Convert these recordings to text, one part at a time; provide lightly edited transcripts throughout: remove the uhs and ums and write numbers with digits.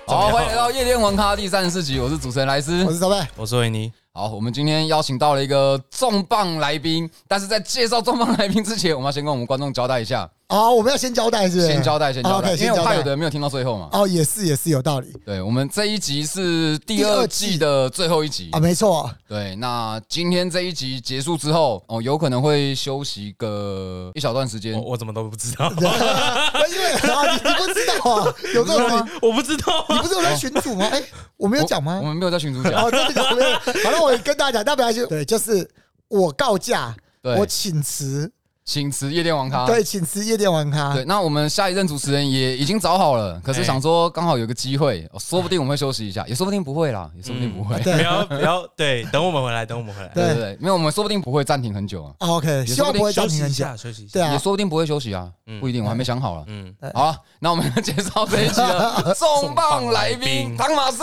好，欢迎来到夜店玩咖第34集，我是主持人莱斯， 我是小贝， 我是维尼。 好，我们今天邀请到了一个重磅来宾，但是在介绍重磅来宾之前，我们要先跟我们观众交代一下。 我们要先交代是不是？ 先交代，因为我怕有的人没有听到最后嘛。 也是有道理。 对，我们这一集是第2季的最后一集啊，没错。 对，那今天这一集结束之后，有可能会休息个一小段时间。 我怎么都不知道？ 因为你不知道啊，有这种事情我不知道。 你不是有在群组吗？我没有讲吗？ 我们没有在群组讲。 真的假的？好了，我跟大家讲，大家对，就是我告假，我请辞夜店玩咖， 对，请辞夜店玩咖。 对，那我们下一任主持人也已经找好了，可是想说刚好有个机会，说不定我们会休息一下，也说不定不会啦，也说不定不会。 不要，对，等我们回来。 对，没有，我们说不定不会暂停很久啊。 OK， 希望不会暂停很久， 休息一下。 对啊， 也说不定不会休息啊，不一定，我还没想好了。好，那我们介绍这一集的重磅来宾汤马士。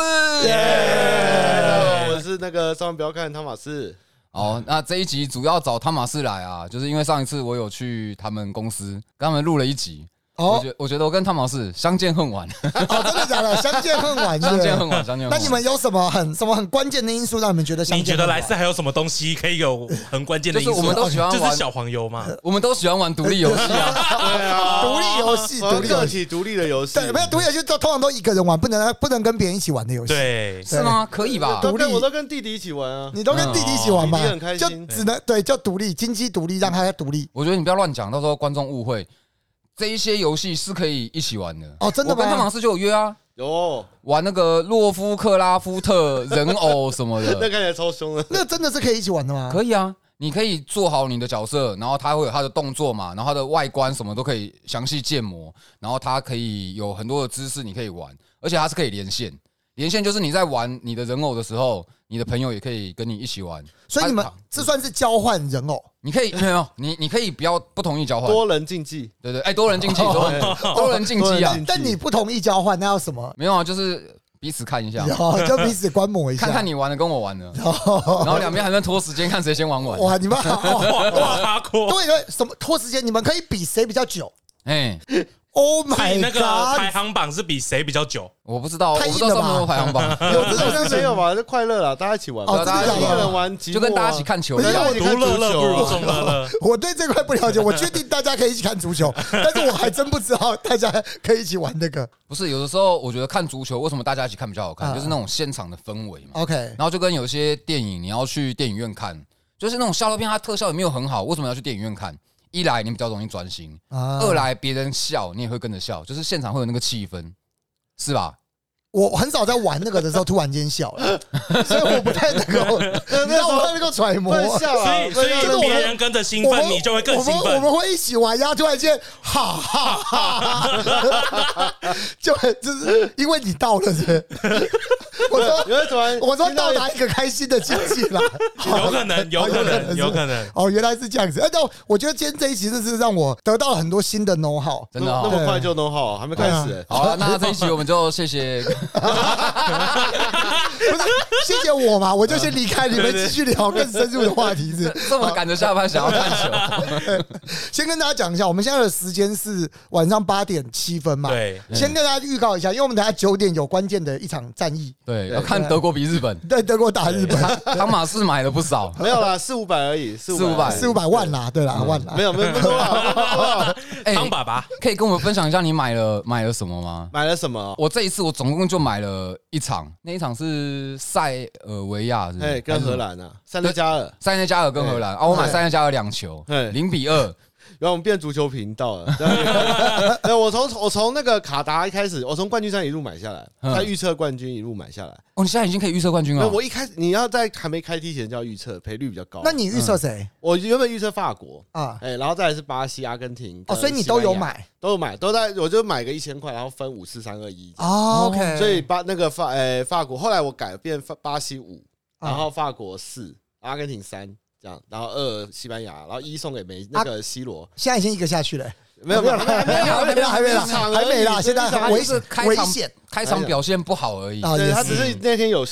我是那个上万不要看汤马士。 好，那这一集主要找汤马士来啊，就是因为上一次我有去他们公司跟他们录了一集。我觉得我跟汤马士相见恨晚。 真的假的？相见恨晚， 相见恨晚。 那你们有什么很关键的因素让你们觉得相见恨晚？ 你觉得莱斯还有什么东西可以有很关键的因素？ 就是我们都喜欢玩， 就是小黄油嘛。 我们都喜欢玩独立游戏啊。 对啊， 独立游戏， 独立的游戏。 对，没有独立游戏通常都一个人玩，不能跟别人一起玩的游戏。 对， 是吗？可以吧？ 我都跟弟弟一起玩啊。 你都跟弟弟一起玩吗？ 弟弟很开心， 就只能对，就独立，经济独立，让他独立。 我觉得你不要乱讲，到时候观众误会。这一些游戏是可以一起玩的真的吗？ 我跟汤马士就有约啊， 有玩那个洛夫克拉夫特人偶什么的， 那看起来超凶的。 那真的是可以一起玩的吗？ 可以啊，你可以做好你的角色，然后他会有他的动作嘛，然后他的外观什么都可以详细建模，然后他可以有很多的姿势你可以玩，而且它是可以连线。连线就是你在玩你的人偶的时候，你的朋友也可以跟你一起玩， 所以你们这算是交换人偶？ 你可以没有你可以不同意交换， 多人竞技， 对，多人竞技，多人竞技啊！ 但你不同意交换，那要什么？ 没有啊，就是彼此看一下， 就彼此观摩一下， 看看你玩的跟我玩的，然后两边还在拖时间，看谁先玩完。 哇，你们哇， 对，什么拖时间？你们可以比谁比较久？Oh my god！ 那个排行榜是比谁比较久？ 我不知道， 太硬了吧？ 我不知道上面有排行榜， 有这种没有吧？就快乐啦，大家一起玩。 大家一个人玩就跟大家一起看球一样。 独乐乐不如众乐乐。 我对这块不了解，我确定大家可以一起看足球，但是我还真不知道大家可以一起玩那个。 不是，有的时候我觉得看足球为什么大家一起看比较好看，就是那种现场的氛围嘛。 OK， 然后就跟有些电影你要去电影院看，就是那种笑乐片，它特效也没有很好，为什么要去电影院看？一来你比较容易专心，二来别人笑你也会跟着笑，就是现场会有那个气氛，是吧？ 我很少在玩那个的时候突然间笑了，所以我不太能够，你让我能够揣摩。 所以别人跟着兴奋，你就会更兴奋。 我们会一起玩，然后突然间，哈哈哈，就是因为你到了，是我说到达一个开心的境界了， 有可能。 原来是这样子。但我觉得今天这一集真是让我得到了很多新的 know how， 真的那么快就 know how， 还没开始。 好了，那这一集我们就谢谢。 不是，谢谢我嘛，我就先离开，你们继续聊更深入的话题是。 这么赶着下班想要看球， 先跟大家讲一下，我们现在的时间是晚上8点7分嘛。 对， 先跟大家预告一下，因为我们等下9点有关键的一场战役。 对，要看德国比日本。 对，德国打日本。 汤马士买了不少， 没有啦，400-500而已 ，400-500万啦，对啦，万啦， 没有多啦。 汤爸爸可以跟我们分享一下你买了什么吗？ 买了什么？ 我这一次我总共就买了一场，那一场是塞尔维亚， 跟荷兰啊，塞内加尔跟荷兰啊，我买塞内加尔2球，0-2。 然后我们变足球频道了。我从那个卡达一开始，我从冠军赛一路买下来，他预测冠军一路买下来。 你现在已经可以预测冠军了。 我一开始你要在还没开踢前就要预测，赔率比较高。 那你预测谁？ 我原本预测法国啊， 然后再来是巴西、阿根廷。 所以你都有买， 我就买个1000块，然后分5-4-3-2-1。 OK， 所以法国后来我改变巴西5，然后法国4，阿根廷3。这样，然后2西班牙，然后1送给那个C罗， 现在已经1个下去了， 没有， 还没啦，现在危险， 开场表现不好而已。 对，他只是那天有 C，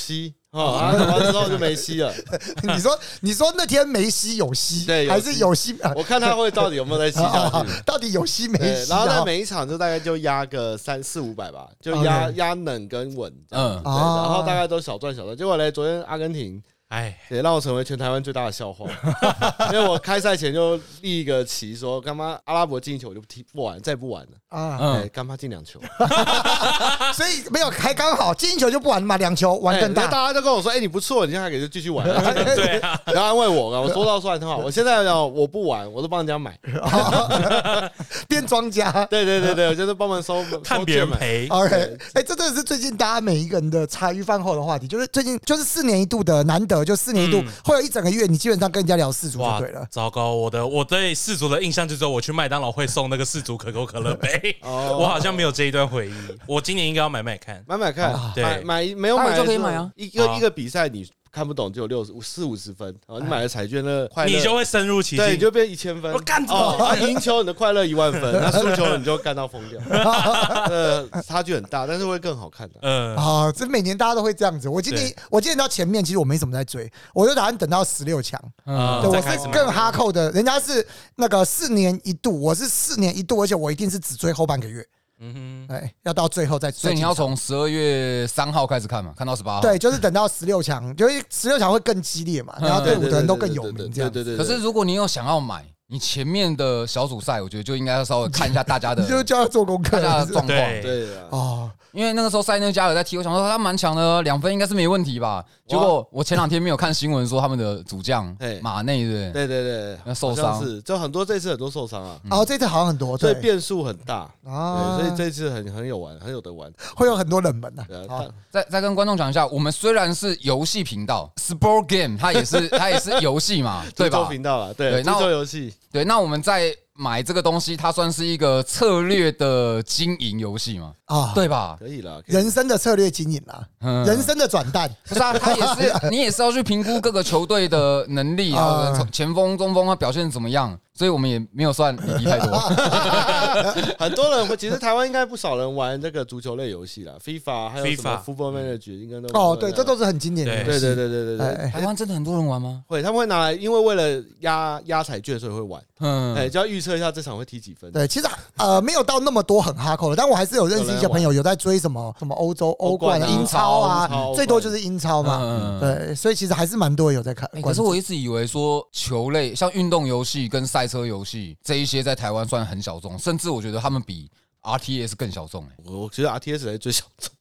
打完之后就没戏了。 你说那天没吸有吸， 对， 还是有吸？ 我看他会到底有没有在吸下去， 到底有吸没吸？ 然后在每一场就大概就压个300-400-500吧，就压冷跟稳，然后大概都小赚。结果嘞，昨天阿根廷。也让我成为全台湾最大的笑话，因为我开赛前就立一个旗说，干嘛阿拉伯进球我就不玩，再不玩了干嘛进2球， 所以没有还刚好进球就不玩嘛，2球玩更大。 大家都跟我说，你不错，你现在可以继续玩，对啊，然后安慰我，我说到算很好，我现在我不玩，我都帮人家买， 变庄家， 对，我就是帮忙收， 看别人赔。 OK， 这真的是最近大家每一个人的茶余饭后的话题，就是最近就是4年一度的难得。就4年一度，会有一整个月，你基本上跟人家聊世足就对了。 糟糕，我对世足的印象就只有我去麦当劳会送那个世足可口可乐杯，我好像没有这一段回忆。我今年应该要买看， 对，买没有买就可以买啊。 一个比赛你看不懂就有40-50分，然后你买了彩券那快乐， 你就会深入其境， 对，你就变1000分。 我干赢球你的快乐10000分，那输球你就干到疯掉，差距很大，但是会更好看的。 这每年大家都会这样子。我今年到前面，其实我没什么在追，我就打算等到16强。对，我是更哈扣的，人家是那个4年一度，我是4年一度，而且我一定是只追后半个月。要到最后再。 所以你要从12月3号开始看嘛，看到18号。 对，就是等到16强，就是16强会更激烈嘛，然后队伍的人都更有名这样。 对。 可是如果你有想要买，你前面的小组赛，我觉得就应该要稍微看一下大家的， 就叫他做功课， 大家的状况。 对因为那个时候塞内加尔在踢，我想说他蛮强的，2分应该是没问题吧。结果我前2天没有看新闻说他们的主将马内对， 那受伤是，就这次很多受伤啊。 这次好像很多， 所以变数很大所以这次很有玩，很有得玩， 会有很多冷门的。 再跟观众讲一下，我们虽然是游戏频道 ，Sport Game 它也是游戏嘛，对吧？ 足球频道啦，对，足球游戏。 对，那我们在买这个东西，它算是一个策略的经营游戏嘛？对吧？ 可以了， 人生的策略经营啦，人生的转蛋， 不是啊？它也是你也是要去评估各个球队的能力，然后前锋、中锋啊表现怎么样，所以我们也没有算离题太多。 很多人其实台湾应该不少人玩这个足球类游戏啦 ，FIFA 还有什么 Football Manager 应该都对，这都是很经典的游戏。 对。 台湾真的很多人玩吗？ 会，他们会拿来，因为为了压彩券，所以会玩。就要预测一下这场会踢几分。 对，其实没有到那么多很哈扣的，但我还是有认识一些朋友有在追什么欧洲、欧冠、英超啊，最多就是英超嘛。对，所以其实还是蛮多人有在看。 可是我一直以为说球类像运动游戏跟赛车游戏这一些在台湾算很小众，甚至我觉得他们比 RTS 更小众。 我觉得 RTS 才是最小众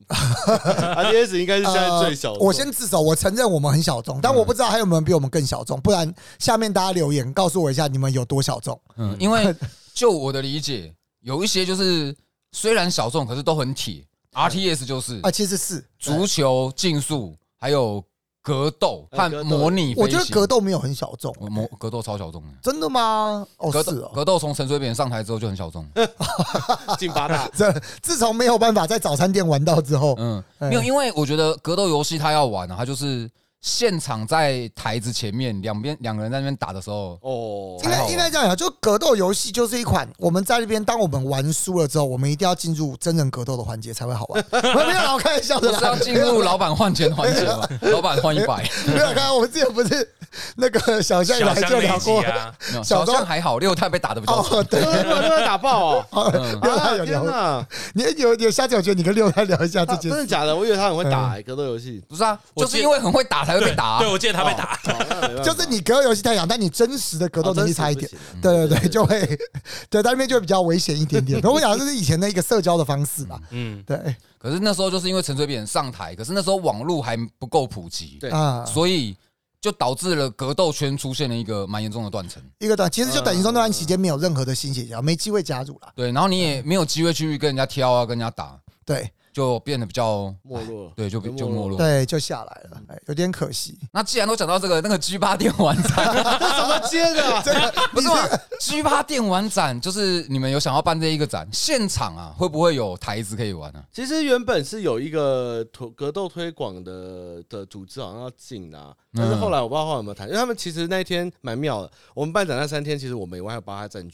，RTS 应该是现在最小众。 我先自首，我承认我们很小众，但我不知道还有没有人比我们更小众，不然下面大家留言告诉我一下你们有多小众。 因为就我的理解，有一些就是虽然小众，可是都很铁。RTS 就是其实是足球、竞速，还有格斗和模拟飞行。 我觉得格斗没有很小众， 格斗超小众的。 真的吗？ 格斗从陈水扁上台之后就很小众， 进8大。 自从没有办法在早餐店玩到之后， 没有，因为我觉得格斗游戏他要玩它就是现场在台子前面，两个人在那边打的时候， 应该这样讲，就格斗游戏就是一款我们在那边，当我们玩输了之后，我们一定要进入真人格斗的环节才会好玩。没有，我开玩笑的啦， 是要进入老板换钱环节吗？老板换100。 没有，看我们之前不是那个小象来就聊过， 小象还好，6太被打的比较惨， 对 ，6太打爆 6太有聊，你有下次我觉得你跟6太聊一下这件事， 真的假的？我以为他很会打格斗游戏， 不是啊，就是因为很会打才会被打。 对，我记得他被打， 就是你格斗游戏太强，但你真实的格斗能力差一点，对，就会对在那边就会比较危险一点点。我想这是以前的一个社交的方式吧，对。 可是那时候就是因为陈水扁上台，可是那时候网络还不够普及，对所以就导致了格斗圈出现了一个蛮严重的断层。 其实就等于说那段期间没有任何的新血条，没机会加入了。 对，然后你也没有机会去跟人家挑啊，跟人家打。 对。 就变得比较没落， 对，就没落， 对，就下来了，有点可惜。 那既然都讲到这个，那个 G8 电玩展， 这怎么接的？ 不是嘛？G8 电玩展就是你们有想要办这一个展，现场啊会不会有台子可以玩呢？ 其实原本是有一个格斗推广的组织好像要进啊，但是后来我不知道后来有没有谈，因为他们其实那一天蛮妙的。我们办展那3天，其实我们以外还有帮他占据。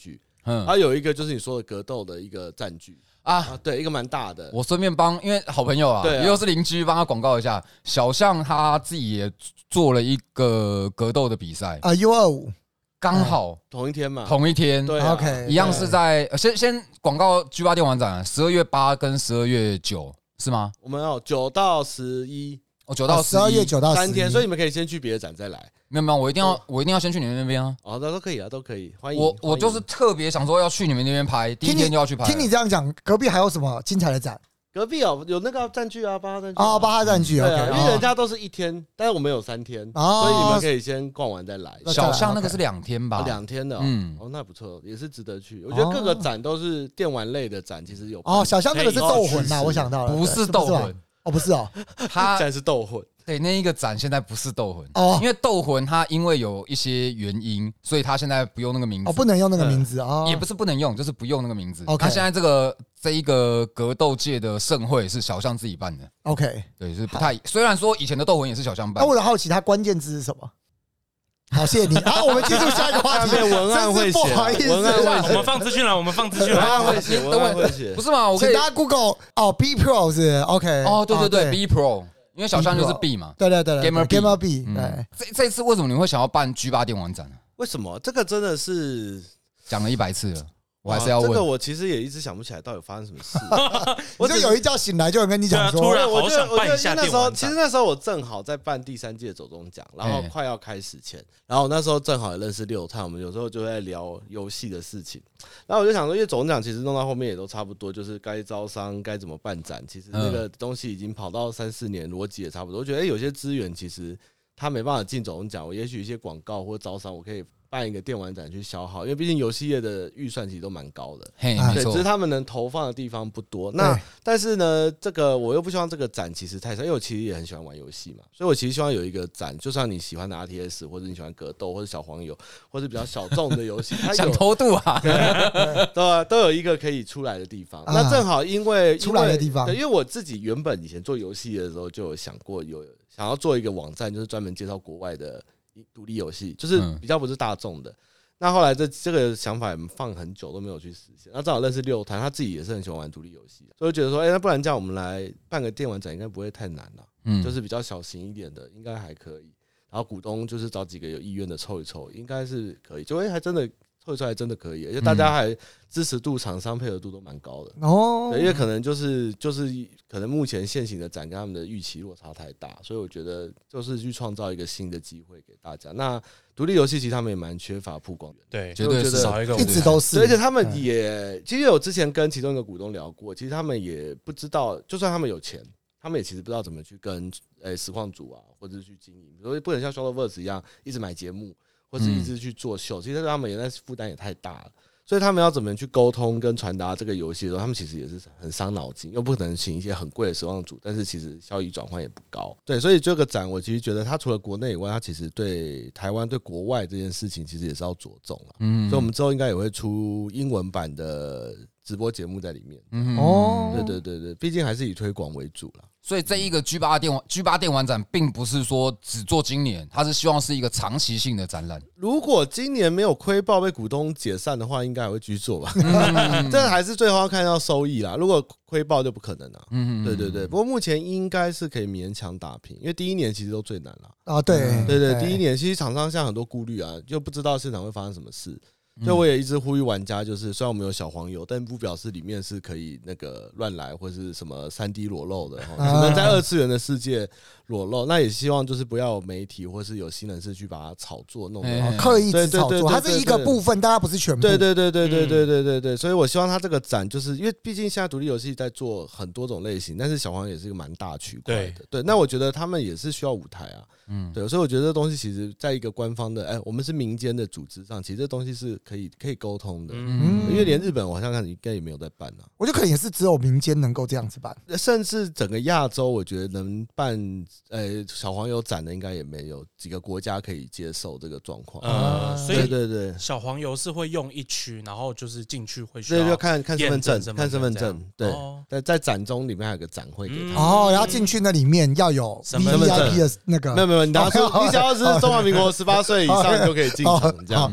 还有一个就是你说的格斗的一个占据啊，对，一个蛮大的。 我顺便帮，因为好朋友啊，又是邻居，帮他广告一下。小象他自己也做了一个格斗的比赛啊，U25 刚好同一天嘛， 同一天， 对 ，OK， 一样是在先广告 G8 电玩展，12月8跟12月9是吗？ 我们有9到11。 9到 12月9到11 3天，所以你们可以先去别的展再来。 没有，我一定要先去你们那边啊！ 哦，都可以啊，都可以，欢迎。 我就是特别想说要去你们那边拍，第一天就要去拍。 听你这样讲，隔壁还有什么精彩的展？ 隔壁有那个占据啊，巴哈占据啊，巴哈占据， 对啊，因为人家都是1天，但是我们有3天，所以你们可以先逛完再来。 小象那个是2天吧 ？2天的，哦，那不错，也是值得去。我觉得各个展都是电玩类的展，其实有。 哦，小象那个是斗魂呐，我想到了， 不是斗魂， 哦，不是哦， 它展是斗魂。 对，那一个展现在不是斗魂哦，因为斗魂它因为有一些原因，所以它现在不用那个名字哦，不能用那个名字啊， 也不是不能用，就是不用那个名字。 OK， 它现在这一个格斗界的盛会是小象自己办的。 OK， 对，是不太。虽然说以前的斗魂也是小象办， 那我很好奇，它关键字是什么？好，谢谢你。好，我们进入下一个话题。 文案会写， 不好意思， 我们放资讯了，文案会写，文案会写。 不是嘛？我可以请大家 Google 哦 ，B Pro 是 OK。 哦，对 ，B Pro。因为小象就是 B 嘛， 对 ，Gamer B， 对。 这一次为什么你会想要办 G8 电玩展呢？ 为什么？这个真的是讲了100次了，我还是要问。 这个我其实也一直想不起来到底发生什么事。 我就有一觉醒来就跟你讲说， 突然好想办一下电玩展。 其实那时候我正好在办第3届走中奖，然后快要开始前，然后那时候正好也认识6探，我们有时候就在聊游戏的事情。然后我就想说，因为走中奖其实弄到后面也都差不多，就是该招商该怎么办展，其实那个东西已经跑到3-4年，逻辑也差不多。我觉得有些资源其实它没办法进走中奖，我也许一些广告或招商，我可以办一个电玩展去消耗，因为毕竟游戏业的预算其实都蛮高的，对，只是他们能投放的地方不多。那但是呢，这个我又不希望这个展其实太少，因为我其实也很喜欢玩游戏嘛，所以我其实希望有一个展，就算你喜欢的 RTS 或者你喜欢格斗或者小黄油或者比较小众的游戏，它想偷渡啊， 都有一个可以出来的地方。那正好因为出来的地方， 对，因为我自己原本以前做游戏的时候就有想过，想要做一个网站，就是专门介绍国外的独立游戏，就是比较不是大众的。那后来这个想法放很久都没有去实现。那正好认识6探，他自己也是很喜欢玩独立游戏，所以我觉得说，那不然这样我们来办个电玩展，应该不会太难了。就是比较小型一点的，应该还可以。然后股东就是找几个有意愿的凑一凑，应该是可以。就还真的凑出来真的可以，而且大家还支持度、厂商配合度都蛮高的哦。对，因为可能就是可能目前现行的展跟他们的预期落差太大，所以我觉得就是去创造一个新的机会给大家。那独立游戏其实他们也蛮缺乏曝光源， 对， 绝对是少一个， 一直都是。 而且他们也，其实我之前跟其中一个股东聊过，其实他们也不知道，就算他们有钱，他们也其实不知道怎么去跟实况组啊，或者是去经营，比如说不能像 Shadowverse 一样一直买节目，或是一直去做秀，其实他们也那负担也太大了。所以他们要怎么去沟通跟传达这个游戏的时候，他们其实也是很伤脑筋，又不可能请一些很贵的实况组，但是其实效益转换也不高。对，所以这个展我其实觉得，它除了国内以外，它其实对台湾、对国外这件事情，其实也是要着重了。所以我们之后应该也会出英文版的直播节目在里面。哦，对，毕竟还是以推广为主啦。 所以这一个 G8 电玩展并不是说只做今年，它是希望是一个长期性的展览。 如果今年没有亏爆被股东解散的话，应该还会继续做吧。这还是最后要看到收益啦。如果亏爆就不可能了。对。不过目前应该是可以勉强打平，因为第一年其实都最难了。 啊，对， 第一年其实厂商现在很多顾虑啊，就不知道市场会发生什么事。所以我也一直呼吁玩家，就是虽然我们有小黄油，但不表示里面是可以那个乱来或是什么3D 裸露的，只能在2次元的世界裸露。那也希望就是不要有媒体或是有新人士去把它炒作弄得刻意炒作，它是一个部分，但它不是全部。 对。所以我希望它这个展，就是因为毕竟现在独立游戏在做很多种类型，但是小黄也是一个蛮大区块的。对，那我觉得他们也是需要舞台啊。对，所以我觉得这东西其实在一个官方的，我们是民间的组织上，其实这东西是可以沟通的。因为连日本我好像看应该也没有在办啊。 我觉得可能也是只有民间能够这样子办， 甚至整个亚洲，我觉得能办小黄油展的应该也没有几个国家可以接受这个状况。 所以对， 小黄油是会用一区，然后就是进去会需要就看身份证，对，在展中里面还有个展会给他。 哦，然后进去那里面要有 VIP 的那个， 没有，你只要是中华民国18岁以上就可以进场，这样。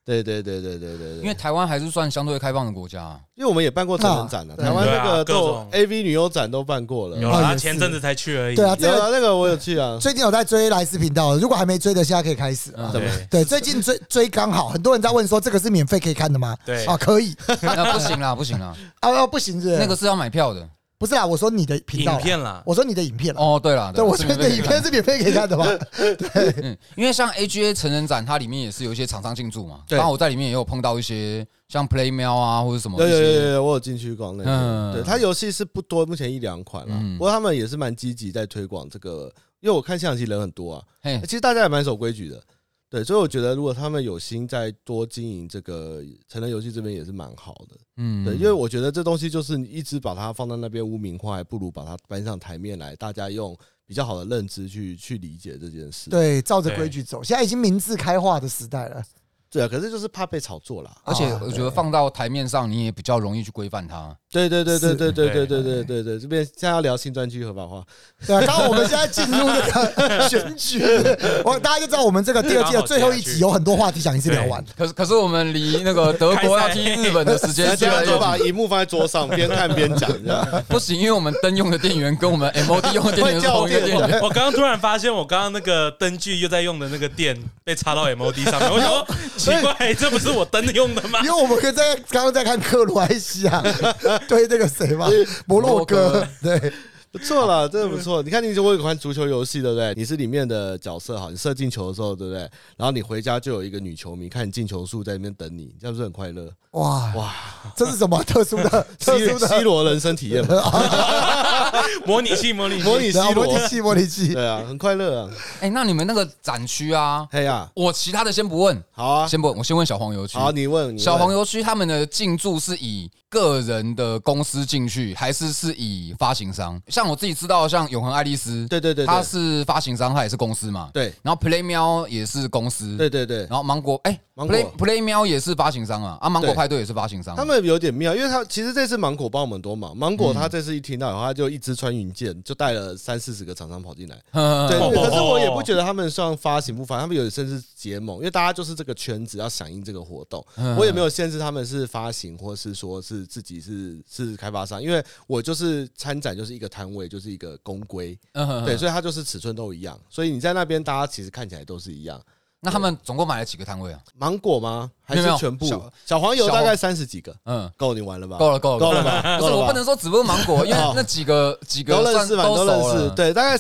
对，因为台湾还是算相对开放的国家， 因为我们也办过成人展了，台湾那个各种 AV 女优展都办过了， 有啦，前阵子才去而已。 对啊， 那个我有去啊， 最近有在追莱斯频道，如果还没追的，现在可以开始。对，最近追刚好，很多人在问说这个是免费可以看的吗？ 对啊，可以。 不行啦，不行啦， 不行是那个是要买票的。 不是啦，我说你的频道影片啦， 我说你的影片哦，对了， 对，我说你的影片是免费可以看的吗？ 对，因为像 AGA 成人展，它里面也是有一些厂商进驻嘛。刚好我在里面也有碰到一些像 Play Mail 啊，或者什么。 对，我有进去逛那个。对，它游戏是不多，目前1-2款啦。不过他们也是蛮积极在推广这个，因为我看现场其实人很多啊，其实大家也蛮守规矩的。对，所以我觉得如果他们有心再多经营这个成人游戏这边也是蛮好的。对，因为我觉得这东西就是你一直把它放在那边污名化，还不如把它搬上台面来，大家用比较好的认知去理解这件事。 对，照着规矩走，现在已经明智开化的时代了。 对啊，可是就是怕被炒作啦， 而且我觉得放到台面上，你也比较容易去规范它。 对，这边现在要聊新专区合法化。 对啊，刚刚我们现在进入那个选举，大家就知道我们这个第2季的最后一集有很多话题想一次聊完。 可是我们离那个德国要踢日本的时间， 现在就把荧幕放在桌上，边看边讲， 不行，因为我们灯用的电源跟我们 MOD 用的电源是同一个电源。 我刚刚突然发现，我刚刚那个灯具又在用的那个电被插到 MOD 上面，我想说奇怪，这不是我灯用的吗？ 因为我们刚刚在看克罗埃西亚对那个谁嘛，摩洛哥，对。 不错啦，真的不错。你看，你我有款足球游戏，对不对？你是里面的角色，好，你射进球的时候，对不对？然后你回家就有一个女球迷看你进球数在那边等你，这样是不是很快乐？ 哇，这是什么特殊的 C 罗人生体验吗？ 模拟器， 模拟器， 对啊，很快乐啊。 那你们那个展区啊，我其他的先不问， 好啊， 我先问小黄油区。 好，你问小黄油区他们的进驻是以个人的公司进去，还是以发行商？像我自己知道，像永恒爱丽丝， 对， 它是发行商，它也是公司嘛。 对， 然后 Play 喵也是公司， 对， 然后芒果，Play 喵也是发行商啊，芒果派对也是发行商。 他们有点妙，因为他其实这次芒果帮我们多忙，芒果他这次一听到以后，他就一支穿云箭，就带了30-40个厂商跑进来。对，可是我也不觉得他们算发行不发，他们有甚至结盟，因为大家就是这个圈子要响应这个活动，我也没有限制他们是发行，或是说是自己是开发商，因为我就是参展就是一个摊位，就是一个公规，对，所以它就是尺寸都一样，所以你在那边大家其实看起来都是一样。 那他们总共买了几个摊位啊？ 芒果吗？还是全部？小黄油大概30几个，够你玩了吧？ 够了吧？ 不是，我不能说只问芒果，因为那几个都认识嘛，都认识。对，大概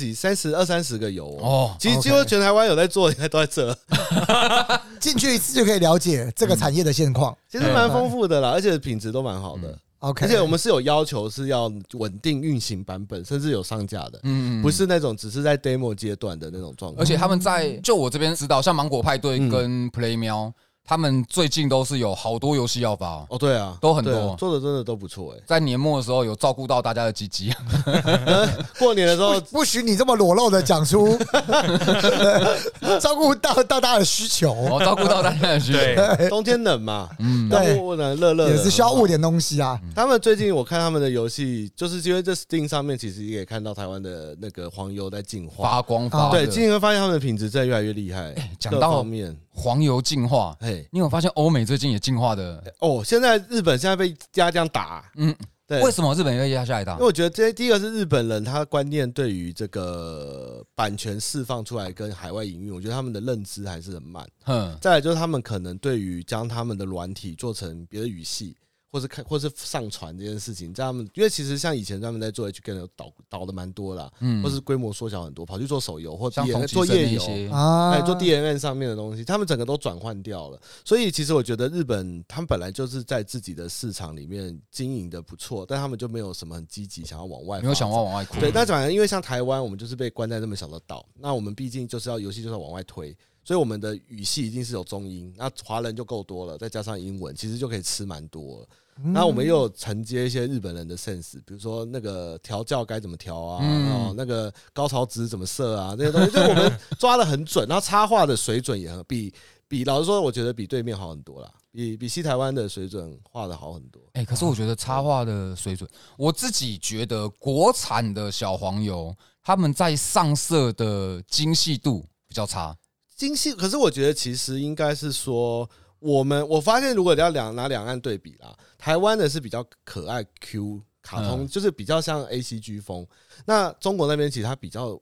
20-30个有哦。其实几乎全台湾有在做，应该都在这。 进去一次就可以了解这个产业的现况， 其实蛮丰富的啦，而且品质都蛮好的。 OK， 而且我们是有要求是要稳定运行版本，甚至有上架的，不是那种只是在 demo 阶段的那种状况。 而且他们就我这边知道，像芒果派对跟 Play 喵，他们最近都是有好多游戏要发哦，对啊， 都很多， 做的真的都不错在年末的时候有照顾到大家的鸡鸡， 过年的时候不许你这么裸露的讲出照顾到大家的需求， 照顾到大家的需求。 冬天冷嘛， 对， 热也是需要捂点东西啊。 他们最近我看他们的游戏，就是因为这 Steam 上面其实也看到台湾的那个黄油在进化， 发光发热。 对，今年会发现他们的品质真的越来越厉害。 讲到黄油进化，你有发现欧美最近也进化的？ 现在日本现在被压这样打， 对，为什么日本要压下来打？ 因为我觉得第一个是日本人他观念对于这个版权释放出来跟海外营运，我觉得他们的认知还是很慢。再来就是他们可能对于将他们的软体做成别的语系，或是上传这件事情，在他们因为其实像以前他们在做 HGN 导的蛮多啦，或是规模缩小很多，跑去做手游或做页游做 DNN 上面的东西，他们整个都转换掉了。所以其实我觉得日本他们本来就是在自己的市场里面经营的不错，但他们就没有什么很积极想要往外， 没有想要往外扩。 对，那反而因为像台湾，我们就是被关在那么小的岛，那我们毕竟就是要游戏就是要往外推。所以我们的语系一定是有中英，那华人就够多了，再加上英文，其实就可以吃蛮多了。那我们又有承接一些日本人的 sense， 比如说那个调教该怎么调啊，然后那个高潮值怎么设啊，这些东西就我们抓得很准，然后插画的水准也很比老实说，我觉得比对面好很多啦，比西台湾的水准画的好很多。 可是我觉得插画的水准，我自己觉得国产的小黄油他们在上色的精细度比较差。 精细，可是我觉得其实应该是说， 我发现如果要拿两岸对比啦，台湾的是比较可爱 Q 卡通，就是比较像 ACG 风。那中国那边其实它比较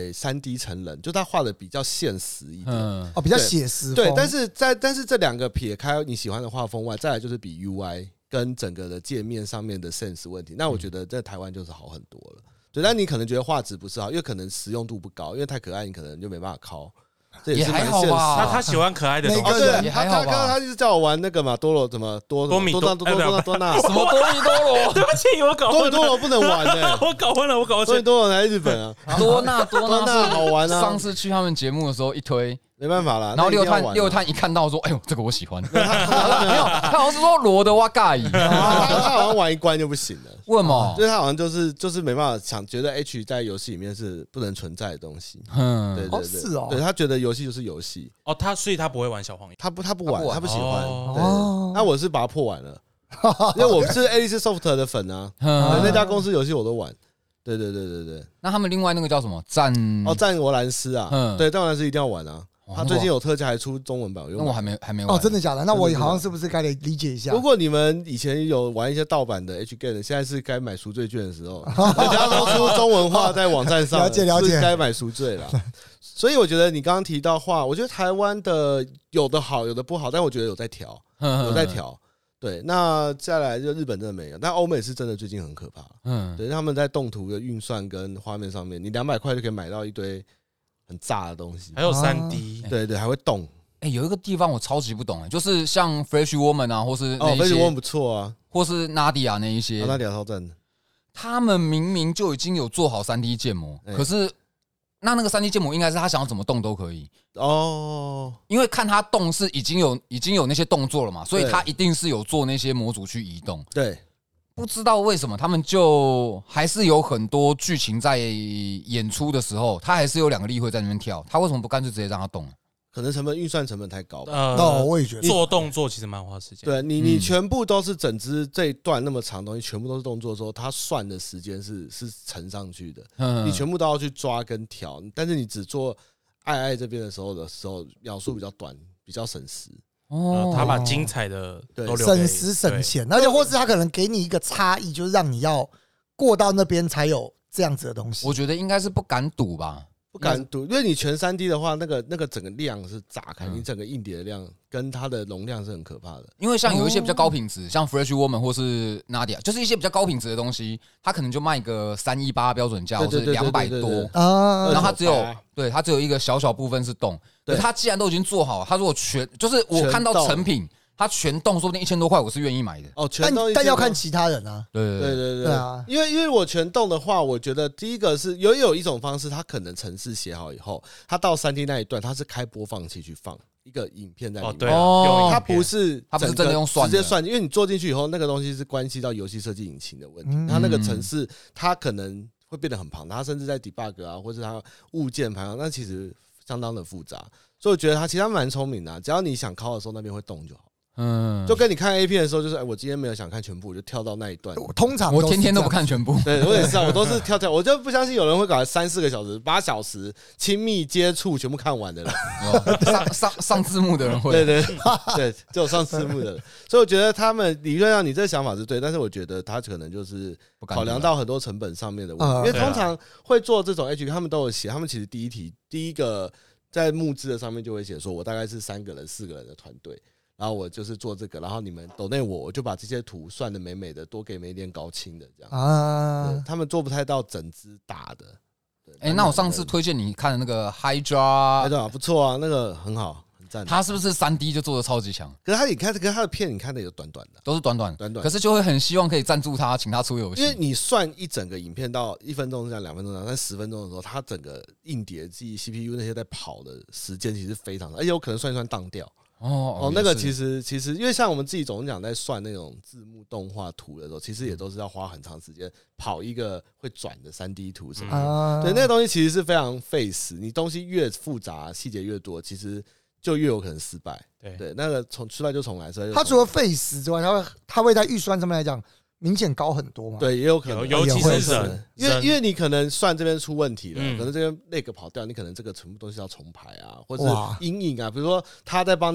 3D 成人，就它画的比较现实一点， 比较写实。 对，但是这两个撇开你喜欢的画风外，再来就是比 UI 跟整个的界面上面的 sense 问题。那我觉得在台湾就是好很多了。对，但你可能觉得画质不是好，因为可能实用度不高，因为太可爱，你可能就没办法拷。这也还好吧， 他喜欢可爱的东西， 也还好吧。 他就是叫我玩那个嘛，多纳什么多米多罗？ 对不起，我搞混了， 多罗不能玩的， 我搞混了，多米多罗来日本啊， 多纳好玩啊！ 上次去他们节目的时候一推。 没办法啦， 然后六探一看到说：“哎呦，这个我喜欢。”没有，他好像是说罗的哇盖， 他好像玩一关就不行了。 为什么？ 就是他好像就是没办法觉得 H 在游戏里面是不能存在的东西。对对对， 是哦， 对他觉得游戏就是游戏哦，所以他不会玩小黄鱼， 他不玩，他不喜欢。对，那我是把它破完了，因为我是 Alice Soft 的粉啊，那家公司游戏我都玩。对对对对对， 那他们另外那个叫什么战俄罗斯啊？对，战俄罗斯一定要玩啊。他最近有特价，还出中文版， 那我还没玩。 真的假的？那我好像是不是该理解一下？ 如果你们以前有玩一些盗版的 H game， 现在是该买赎罪券的时候，人家都出中文化在网站上， 了解， 是该买赎罪了。所以我觉得你刚刚提到话，我觉得台湾的有的好，有的不好，但我觉得有在调，有在调。对，那再来就日本真的没有，但欧美是真的最近很可怕。对，他们在动图的运算跟画面上面，你200块就可以买到一堆很炸的东西， 还有3D， 对对，还会动。 有一个地方我超级不懂，就是像 Fresh Woman 啊，或是那一些 Fresh Woman 不错啊， 或是 Nadia 那一些 ，Nadia 超赞的。 他们明明就已经有做好3D 建模，可是那个3D 建模应该是他想要怎么动都可以哦，因为看他动是已经有那些动作了嘛，所以他一定是有做那些模组去移动。 对。 不知道为什么他们就还是有很多剧情在演出的时候，他还是有2个例会在那边跳，他为什么不干脆直接让他动？ 可能运算成本太高吧。 我也觉得做动作其实蛮花时间。 对你全部都是整支这一段那么长的东西，全部都是动作的时候，他算的时间是乘上去的。你全部都要去抓跟调，但是你只做爱这边的时候秒数比较短，比较省时。 他把精彩的都留省时省钱，而且或是他可能给你一个差异，就是让你要过到那边才有这样子的东西。 我觉得应该是不敢赌吧， 不敢赌，因为你全3D 的话，那个整个量是炸开，你整个硬碟的量跟它的容量是很可怕的。 因为像有一些比较高品质，像 Fresh Woman 或是 Nadia， 就是一些比较高品质的东西，它可能就卖个318标准价，或是200多，然后它只有一个小部分是动。对，他既然都已经做好了，他如果就是我看到成品，他全动，说不定1000多块我是愿意买的。 但要看其他人啊。 对啊，因为我全动的话，我觉得第一个是有一种方式，他可能程式写好以后，他到3D 那一段，他是开播放器去放一个影片在里面。他不是真的用算直接算，因为你做进去以后，那个东西是关系到游戏设计引擎的问题，他那个程式他可能会变得很庞大，他甚至在 debug 啊，或者他物件排行，那其实相当的复杂，所以我觉得他其实蛮聪明的，只要你想拷的时候那边会动就好。就跟你看 A 片的时候，就是我今天没有想看全部，我就跳到那一段。 通常我天天都不看全部， 对我也是，我都是跳，我就不相信有人会搞3-4个小时、8小时亲密接触全部看完的人。 上字幕的人会， 对，只有上字幕的人。所以我觉得他们理论上你这个想法是对，但是我觉得他可能就是考量到很多成本上面的问题，因为通常会做这种 H， 他们都有写，他们其实第一个在募资的上面就会写说，我大概是3个人、4个人的团队。然后我就是做这个，然后你们抖内我就把这些图算的美美的，多给一点高清的这样啊。他们做不太到整支打的。 那我上次推荐你看的那个 Hydra， 不错啊，那个很好，很赞。 他是不是3D 就做的超级强？ 可是你看他的片，你看的有短短的， 都是短短，可是就会很希望可以赞助他，请他出游戏。 因为你算一整个影片到1分钟这样，2分钟这样，但10分钟的时候，他整个硬碟、记忆、CPU 那些在跑的时间其实非常长，而且有可能算当掉。那个其实，因为像我们自己总讲在算那种字幕动画图的时候，其实也都是要花很长时间跑一个会转的3D 图什么的。对，那个东西其实是非常费时，你东西越复杂，细节越多，其实就越有可能失败。对，那个出来就重来。 它除了费时之外，它会在预算上面来讲明显高很多嘛？ 对，也有可能， 尤其是人， 因为你可能算这边出问题了，可能这个跑掉，你可能这个全部东西要重排啊，或者阴影啊，比如说他在帮你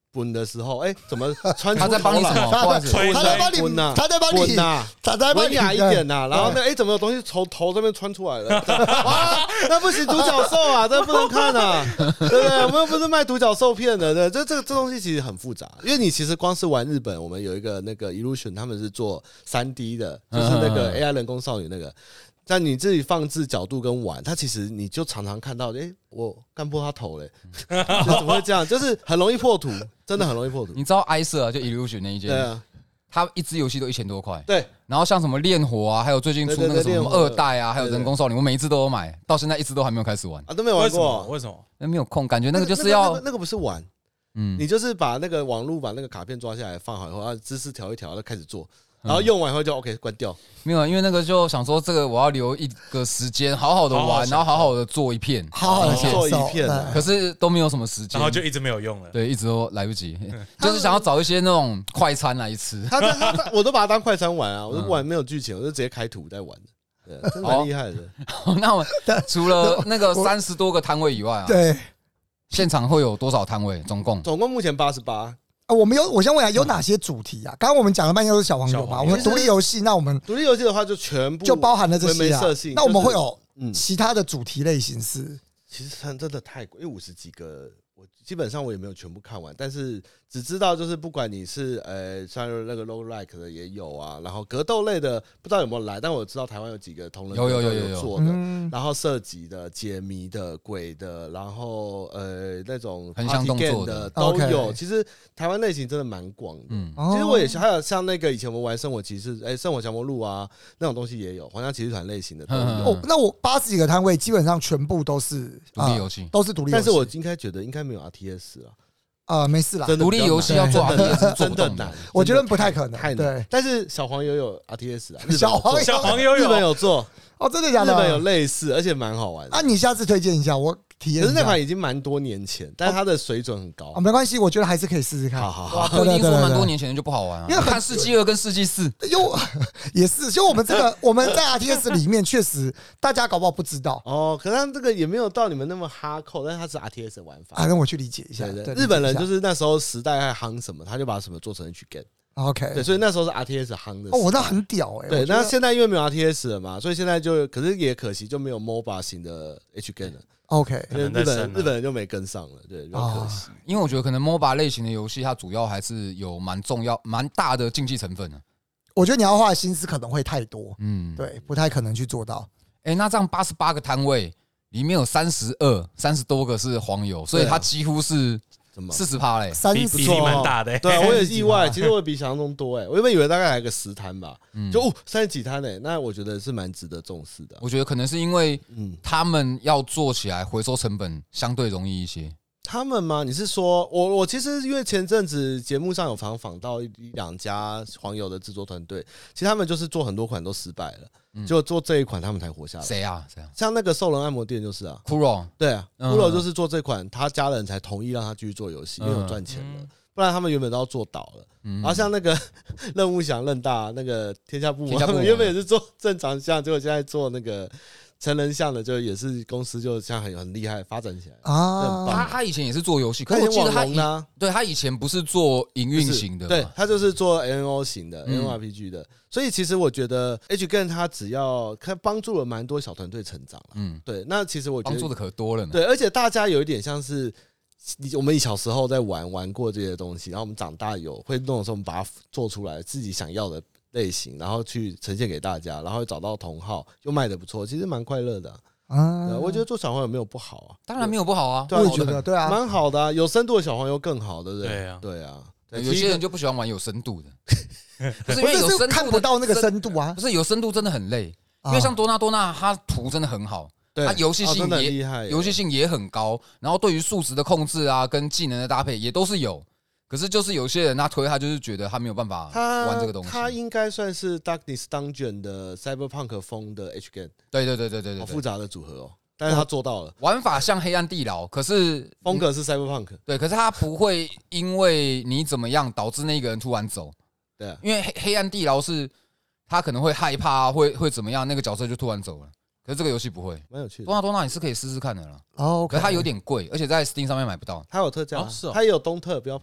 滚的时候，怎么穿出他在帮你什么？ 他在帮你，他在帮你，他在帮你文雅一点呐。然后呢，怎么有东西从头这边穿出来了？啊，那不行，独角兽啊，这不能看啊，对不对？我们又不是卖独角兽片的，对，这东西其实很复杂，因为你其实光是玩日本，我们有一个那个 Illusion， 他们是做3D 的，就是那个 AI 人工少女那个。但你自己放置角度跟玩，它其实你就常常看到，我干破他头嘞，怎么会这样？就是很容易破图，真的很容易破图。 你知道 i 色啊，就 Illusion 那一间， 对啊， 它一支游戏都1000多块。 对， 然后像什么烈火啊，还有最近出那个什么2代啊，还有人工少女，我每一支都有买，到现在一支都还没有开始玩啊，都没有玩过。 为什么？ 没有空，感觉那个就是要那个不是玩，你就是把那个网路把那个卡片抓下来放好以后，然后姿势调一调，然后开始做。然后用完以后就 OK 关掉， 没有，因为那个就想说这个我要留一个时间，好好的玩，然后好好的做一片， 好好的做一片， 可是都没有什么时间， 然后就一直没有用了， 对，一直都来不及，就是想要找一些那种快餐来吃。 我都把它当快餐玩啊，我都玩没有剧情，我就直接开图在玩的，对，真的蛮厉害的。 那我除了那个30多个摊位以外啊， 对， 现场会有多少摊位？总共目前88。 我先问一下，有哪些主题啊？刚刚我们讲了半天都是小黄油嘛，我们独立游戏，那我们独立游戏的话就全部就包含了这些啊。那我们会有其他的主题类型是？ 其实真的太贵，因为50几个，基本上我也没有全部看完，但是只知道就是不管你是像那个 roguelike 的也有啊，然后格斗类的不知道有没有来，但我知道台湾有几个同人有做的，然后射击的、解谜的、鬼的，然后那种 party game 的都有。其实台湾类型真的蛮广的。其实我也还有像那个以前我们玩生活骑士，生活降魔录啊那种东西也有，皇家骑士团类型的都有。 那我80几个摊位基本上全部都是独立游戏， 都是独立游戏。 但是我应该觉得应该没有 RTS 啊。 没事啦， 独立游戏要做 RTS 真的难， 我觉得不太可能， 太难。但是小黄油有 RTS 啊， 小黄油日本有做哦，真的假的？ 日本有类似，而且蛮好玩的。 啊，你下次推荐一下，我体验一下。 可是那款已经蛮多年前，但是它的水准很高。 没关系，我觉得还是可以试试看。 好， 我已经说蛮多年前的就不好玩了，因为看世纪2跟世纪4， 也是，就我们这个我们在 RTS 里面确实大家搞不好不知道哦，可是它这个也没有到你们那么哈扣，但是它是 RTS 的玩法啊，那我去理解一下。 日本人就是那时候时代还夯什么，他就把什么做成 H game。OK， 对，所以那时候是 RTS 夯的。 哦，那很屌对，那现在因为没有 RTS 了嘛，所以现在就可是也可惜就没有 MOBA 型的 H game 了。 OK， 日本人就没跟上了，对，比较可惜。 因为我觉得可能 MOBA 类型的游戏，它主要还是有蛮重要、蛮大的竞技成分的。 我觉得你要花的心思可能会太多，对，不太可能去做到。 那这样88个摊位里面有30多个是黄油，所以它几乎是40%嘞 ，30% 比例蛮大的。 对啊，我也意外，其实我比想象中多我原本以为大概来个10摊吧，就30几摊那我觉得是蛮值得重视的。 我觉得可能是因为他们要做起来回收成本相对容易一些。 他们吗？你是说我其实因为前阵子节目上有访到1-2家黄油的制作团队，其实他们就是做很多款都失败了，就做这一款他们才活下来。 谁啊？ 像那个兽人按摩店就是啊 ，Kuro 对啊，Kuro 就是做这款，他家人才同意让他继续做游戏，因为有赚钱了，不然他们原本都要做倒了。然后像那个任务响任大那个天下布他们原本也是做正常项，结果现在做那个成人像的，就也是公司就像很厉害发展起来啊。他以前也是做游戏，可是我记得他以前不是做营运型的， 对他就是做 MMO 型的 MMORPG 的。所以其实我觉得 H game 他只要帮助了蛮多小团队成长了，对。那其实我觉得帮助的可多了呢。 对，而且大家有一点像是我们小时候在玩过这些东西，然后我们长大会弄的时候，我们把它做出来自己想要的类型，然后去呈现给大家，然后找到同好又卖的不错，其实蛮快乐的我觉得做小黄油没有不好啊， 当然没有不好啊， 我也觉得对啊， 蛮好的有深度的小黄油更好，对不对？对啊， 有些人就不喜欢玩有深度的， 不是因为有深度看不到那个深度啊， 不是有深度真的很累，因为像多纳它图真的很好。它游戏性也很高，然后对于数值的控制啊，跟技能的搭配也都是有。可是就是有些人他就是觉得他没有办法玩这个东西。他应该算是 Darkness Dungeon 的 Cyberpunk 风的 H game。 对， 好复杂的组合但是他做到了。 玩法像黑暗地牢，可是风格是 Cyberpunk。 对，可是他不会因为你怎么样导致那个人突然走。 对， 因为黑暗地牢是他可能会害怕，会怎么样，那个角色就突然走了。可是这个游戏不会， 蛮有趣的。 多纳你是可以试试看的啦。 可是它有点贵，而且在 Steam 上面买不到。 它有特价，它也有东特，不要怕。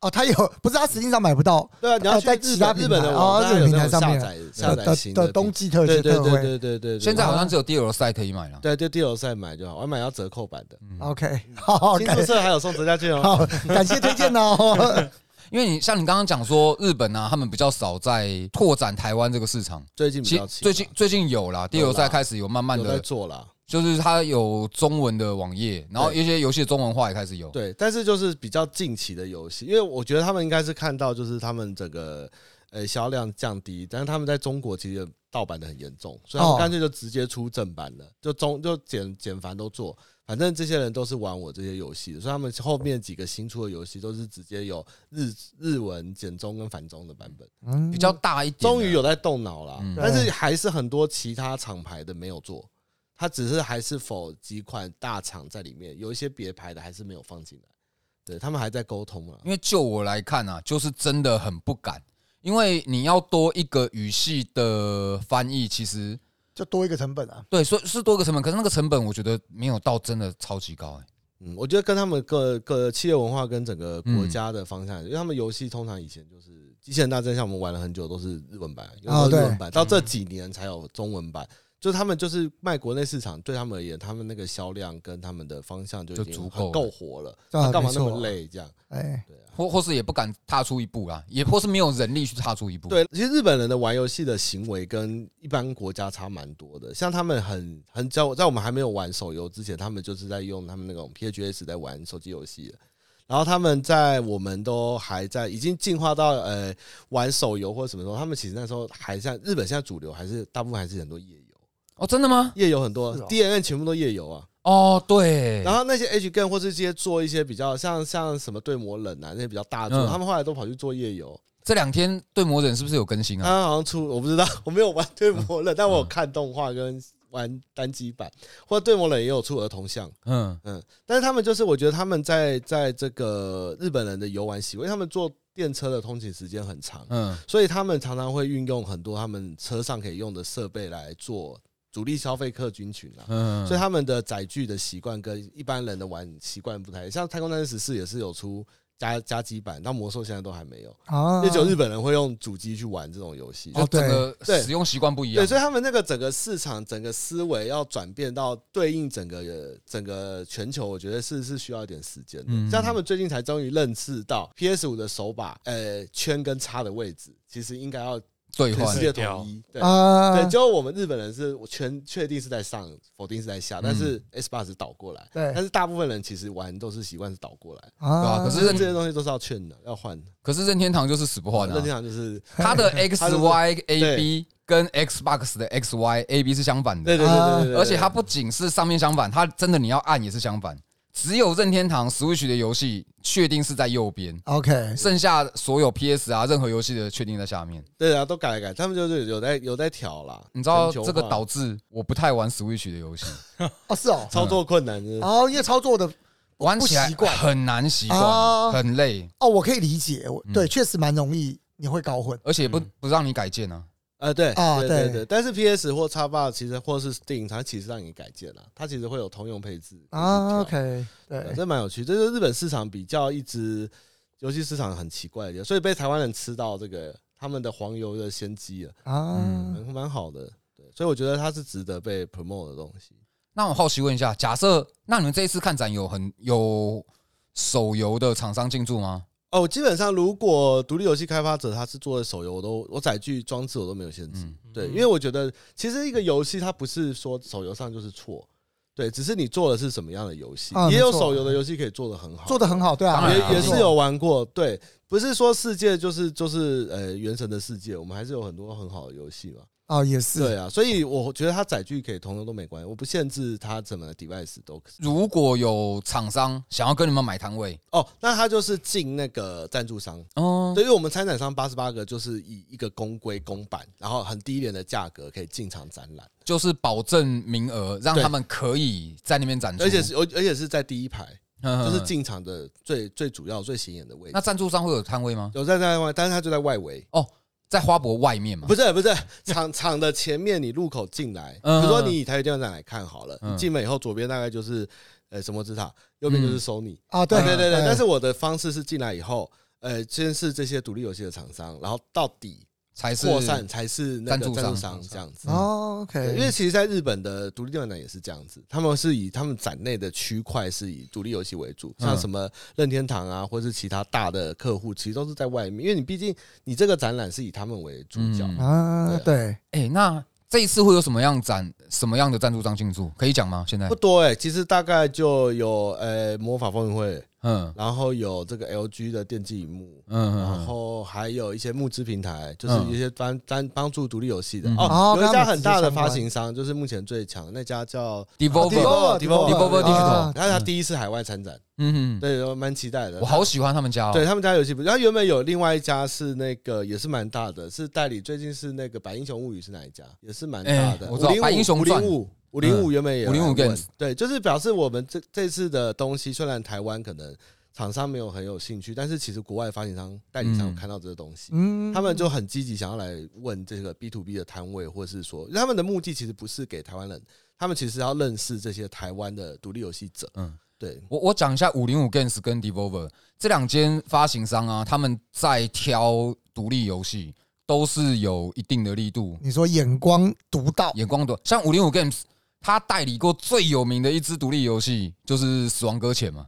哦，他有，不是他实际上买不到。 对啊，你要在其他日本的网站平台上面下载新的冬季特惠。 对， 现在好像只有第二赛可以买了。 对，就第二赛买就好，我买要折扣版的。 OK， 好， 新注册还有送折价券哦。 好，感谢推荐哦。 因为像你刚刚讲说日本啊，他们比较少在拓展台湾这个市场。 最近比较最近有啦，第二赛开始有慢慢的在做啦。 就是它有中文的网页，然后一些游戏的中文化也开始有。 对，但是就是比较近期的游戏，因为我觉得他们应该是看到就是他们整个销量降低，但是他们在中国其实盗版的很严重，所以他们干脆就直接出正版了，就简繁都做。反正这些人都是玩我这些游戏的，所以他们后面几个新出的游戏都是直接有日文简中跟繁中的版本， 比较大一点。 终于有在动脑了，但是还是很多其他厂牌的没有做。它只是还是否几款大厂在里面，有一些别牌的还是没有放进来，对他们还在沟通啊。 因为就我来看啊，就是真的很不敢，因为你要多一个语系的翻译，其实就多一个成本啊。 对，所以是多一个成本，可是那个成本我觉得没有到真的超级高我觉得跟他们各企业文化跟整个国家的方向，因为他们游戏通常以前就是机器人大战，像我们玩了很久都是日文版，有时候日文版，到这几年才有中文版。就是他们就是卖国内市场，对他们而言，他们那个销量跟他们的方向就已经很够活了，他干嘛那么累这样？对啊， 或是也不敢踏出一步啦，也或是没有人力去踏出一步。 对，其实日本人的玩游戏的行为跟一般国家差蛮多的，像他们在我们还没有玩手游之前，他们就是在用他们那种 PHS 在玩手机游戏的。然后他们在我们都还在已经进化到玩手游或什么时候，他们其实那时候还像日本现在主流还是大部分还是很多页游。 哦，真的吗？ 页游很多，DNF 全部都页游啊。 哦，对。 然后那些 H Game 或是这些做一些比较像什么对魔人啊那些比较大作，他们后来都跑去做页游。 这2天对魔人是不是有更新啊？ 他好像出，我不知道，我没有玩对魔人，但我有看动画跟玩单机版，或者对魔人也有出儿童像。但是他们就是我觉得他们在这个日本人的游玩习惯，因为他们坐电车的通勤时间很长，所以他们常常会运用很多他们车上可以用的设备来做主力消费客群啦，所以他们的载具的习惯跟一般人的玩习惯不太一样。像太空战士14也是有出加机版，到魔兽现在都还没有，因为只有日本人会用主机去玩这种游戏， 就整个使用习惯不一样。 对，所以他们那个整个市场、整个思维要转变到对应整个全球，我觉得是需要一点时间的。像他们最近才终于认识到 PS5 的手把圈跟叉的位置，其实应该要对换世界统一，对，就我们日本人是确定是在上，否定是在下，但是 S8 是倒过来， 对， 但是大部分人其实玩都是习惯是倒过来， 对啊，可是这些东西都是要劝的，要换的。 可是任天堂就是死不换啊， 任天堂就是它的 XYAB 跟 Xbox 的 XYAB 是相反的， 对， 而且它不仅是上面相反，它真的你要按也是相反。只有任天堂 Switch 的游戏确定是在右边 ，OK， 剩下所有 PS 啊任何游戏的确定在下面。 对啊，都改，他们就是有在调啦。 你知道这个导致我不太玩 Switch 的游戏哦，是哦， 操作困难哦，因为操作的玩起来很难习惯，很累。 哦，我可以理解，对，确实蛮容易你会搞混， 而且不让你改键啊。 对，但是 PS 或 Xbox 其实或是 Steam， 它其实让你改键了，它其实会有通用配置啊。OK， 对， 这蛮有趣。这就是日本市场比较一直游戏市场很奇怪的，所以被台湾人吃到这个他们的黄油的先机了啊，蛮好的。对，所以我觉得它是值得被 promote 的东西。 那我好奇问一下，假设那你们这一次看展有手游的厂商进驻吗？ 哦，基本上如果独立游戏开发者他是做的手游，我载具装置我都没有限制。对，因为我觉得其实一个游戏它不是说手游上就是错，对，只是你做的是什么样的游戏。也有手游的游戏可以做得很好， 做得很好，对啊， 也是有玩过。对，不是说世界就是原神的世界，我们还是有很多很好的游戏嘛。 哦，也是， 对啊，所以我觉得它载具可以通通都没关系，我不限制它怎么的 device 都可以。 如果有厂商想要跟你们买摊位， 那他就是进那个赞助商哦。对，因为我们参展商88个就是以一个公规公版，然后很低廉的价格可以进场展览， 就是保证名额，让他们可以在那边展出， 而且是在第一排。就是进场的最主要最显眼的位置。 那赞助商会有摊位吗？ 有在外，但是他就在外围哦。在花博外面吗？ 不是，场的前面，你入口进来，比如说你以台北电玩展来看好了，你进门以后，左边大概就是什么之塔，右边就是 Sony 啊，对， 但是我的方式是进来以后， 先是这些独立游戏的厂商，然后到底才是扩散才是那个赞助商这样子。 OK， 因为其实在日本的独立电玩展也是这样子，他们是以他们展内的区块是以独立游戏为主，像什么任天堂啊，或是其他大的客户，其实都是在外面，因为你毕竟你这个展览是以他们为主角啊。对， 那这一次会有什么样的赞助商进驻？可以讲吗？现在不多其实大概就有魔法风云会。然后有这个 LG 的电竞萤幕，然后还有一些募资平台，就是一些帮助独立游戏的有一家很大的发行商，就是目前最强的那家叫 Devolver Digital， 他第一次海外参展，对，我蛮期待的。 我好喜欢他们家， 对他们家游戏，然后原本有另外一家是那个也是蛮大的，是代理最近是那个百英雄物语是哪一家？也是蛮大的， 我知道百英雄传 505原本也 505 Games， 对，就是表示我们这次的东西，虽然台湾可能厂商没有很有兴趣，但是其实国外发行商代理商有看到这个东西，他们就很积极想要来问这个 B2B 的摊位，或是说他们的目的其实不是给台湾人，他们其实要认识这些台湾的独立游戏者。对， 我讲一下505 Games 跟 Devolver 这两间发行商啊，他们在挑独立游戏都是有一定的力度。 你说眼光独到， 像505 Games， 他代理过最有名的一支独立游戏就是《死亡搁浅》嘛。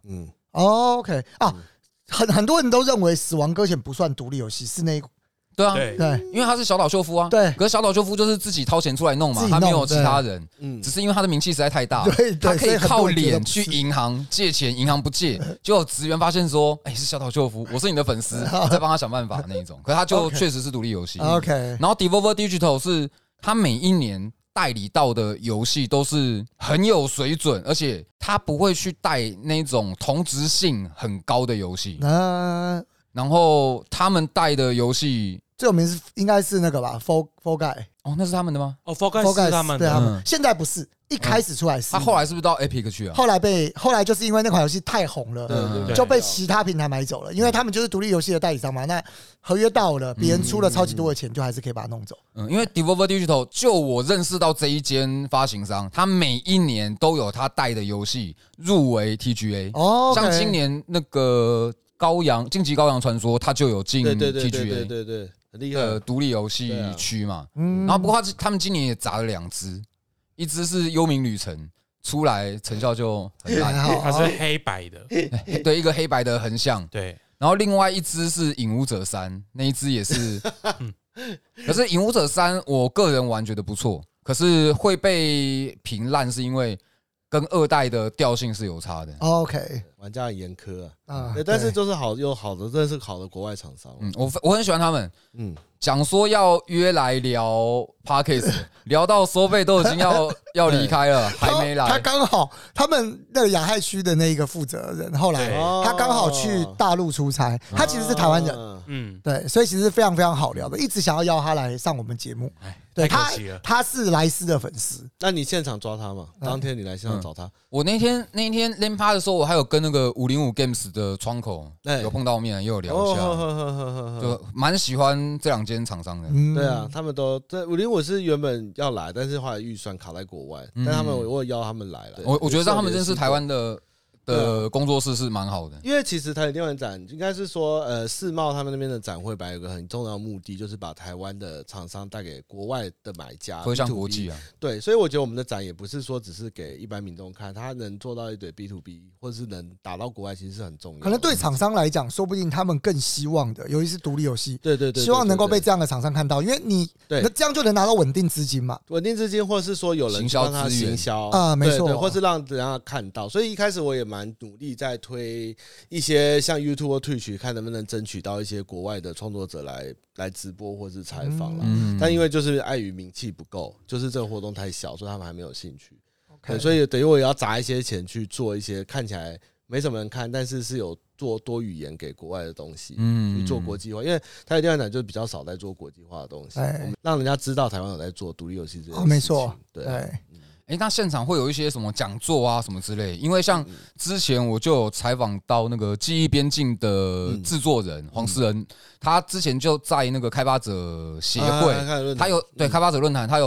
OK 啊，很多人都认为《死亡搁浅》不算独立游戏，是那对啊， 对， 因为他是小岛秀夫啊， 对， 可是小岛秀夫就是自己掏钱出来弄嘛，他没有其他人，只是因为他的名气实在太大，他可以靠脸去银行借钱，银行不借，就有职员发现说，是小岛秀夫，我是你的粉丝，再帮他想办法那一种，可是他就确实是独立游戏。 OK， 然后 Devolver Digital 是他每一年代理到的游戏都是很有水准，而且他不会去带那种同质性很高的游戏。然后他们带的游戏最有名是应该是那个吧 ，Fall Guy。 那是他们的吗 ？Fall Guy 是他们的， 对他们现在不是，一开始出来是。 他后来是不是到 Epic 去啊？ 后来就是因为那款游戏太红了，就被其他平台买走了。因为他们就是独立游戏的代理商嘛，那合约到了，别人出了超级多的钱，就还是可以把它弄走。 因为 Devolver Digital 就我认识到这一间发行商，他每一年都有他带的游戏入围 TGA。像今年那个晋级羔羊传说，他就有进 TGA。 对。 的独立游戏区嘛，然后不过他们今年也砸了2支，一支是幽冥旅程，出来成效就很烂， 它是黑白的， 对，一个黑白的横向， 对， 然后另外一支是影武者3，那一支也是，可是影武者3我个人玩觉得不错，可是会被评烂是因为跟2代的调性是有差的。 OK， 玩家很严苛对，但是就是有好的，真的是好的国外厂商。 我很喜欢他们。讲说要约来聊 Podcast， 聊到收费都已经要离开了，还没来。 他刚好他们那个亚太区的那一个负责人，后来他刚好去大陆出差，他其实是台湾人，对，所以其实非常非常好聊的，一直想要邀他来上我们节目。对，他是莱斯的粉丝。 那你现场抓他吗？当天你来现场找他？ 我那天练趴的时候，我还有跟那个505 Games 的窗口有碰到面，也有聊一下，就蛮喜欢这两间厂商的。 对啊，他们都505是原本要来，但是后来预算卡在国外，但他们我邀他们来了。 我觉得让他们认识台湾的工作室是蛮好的， 因为其实台北电玩展应该是说，世贸他们那边的展会本来有个很重要的目的，就是把台湾的厂商带给国外的买家， 推向国际啊。 对，所以我觉得我们的展也不是说只是给一般民众看，它能做到一堆 B2B， 或者是能打到国外，其实是很重要的。 可能对厂商来讲，说不定他们更希望的，尤其是独立游戏， 对， 希望能够被这样的厂商看到，因为你这样就能拿到稳定资金嘛， 稳定资金，或者是说有人帮他行销啊，没错， 或是让人家看到。所以一开始我也蛮努力在推一些像 YouTube 或 Twitch， 看能不能争取到一些国外的创作者来直播或是采访啦。但因为就是碍于名气不够，就是这个活动太小，所以他们还没有兴趣。对，所以等于我也要砸一些钱去做一些看起来没什么人看，但是有做多语言给国外的东西，去做国际化。因为台北电玩展就比较少在做国际化的东西，我们让人家知道台湾有在做独立游戏这件事情。 没错， 对。 那现场会有一些什么讲座啊什么之类？因为像之前我就有采访到那个记忆边境的制作人黄思仁，他之前就在那个开发者协会，他有对开发者论坛，他有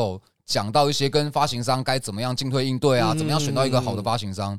讲到一些跟发行商该怎么样进退应对啊，怎么样选到一个好的发行商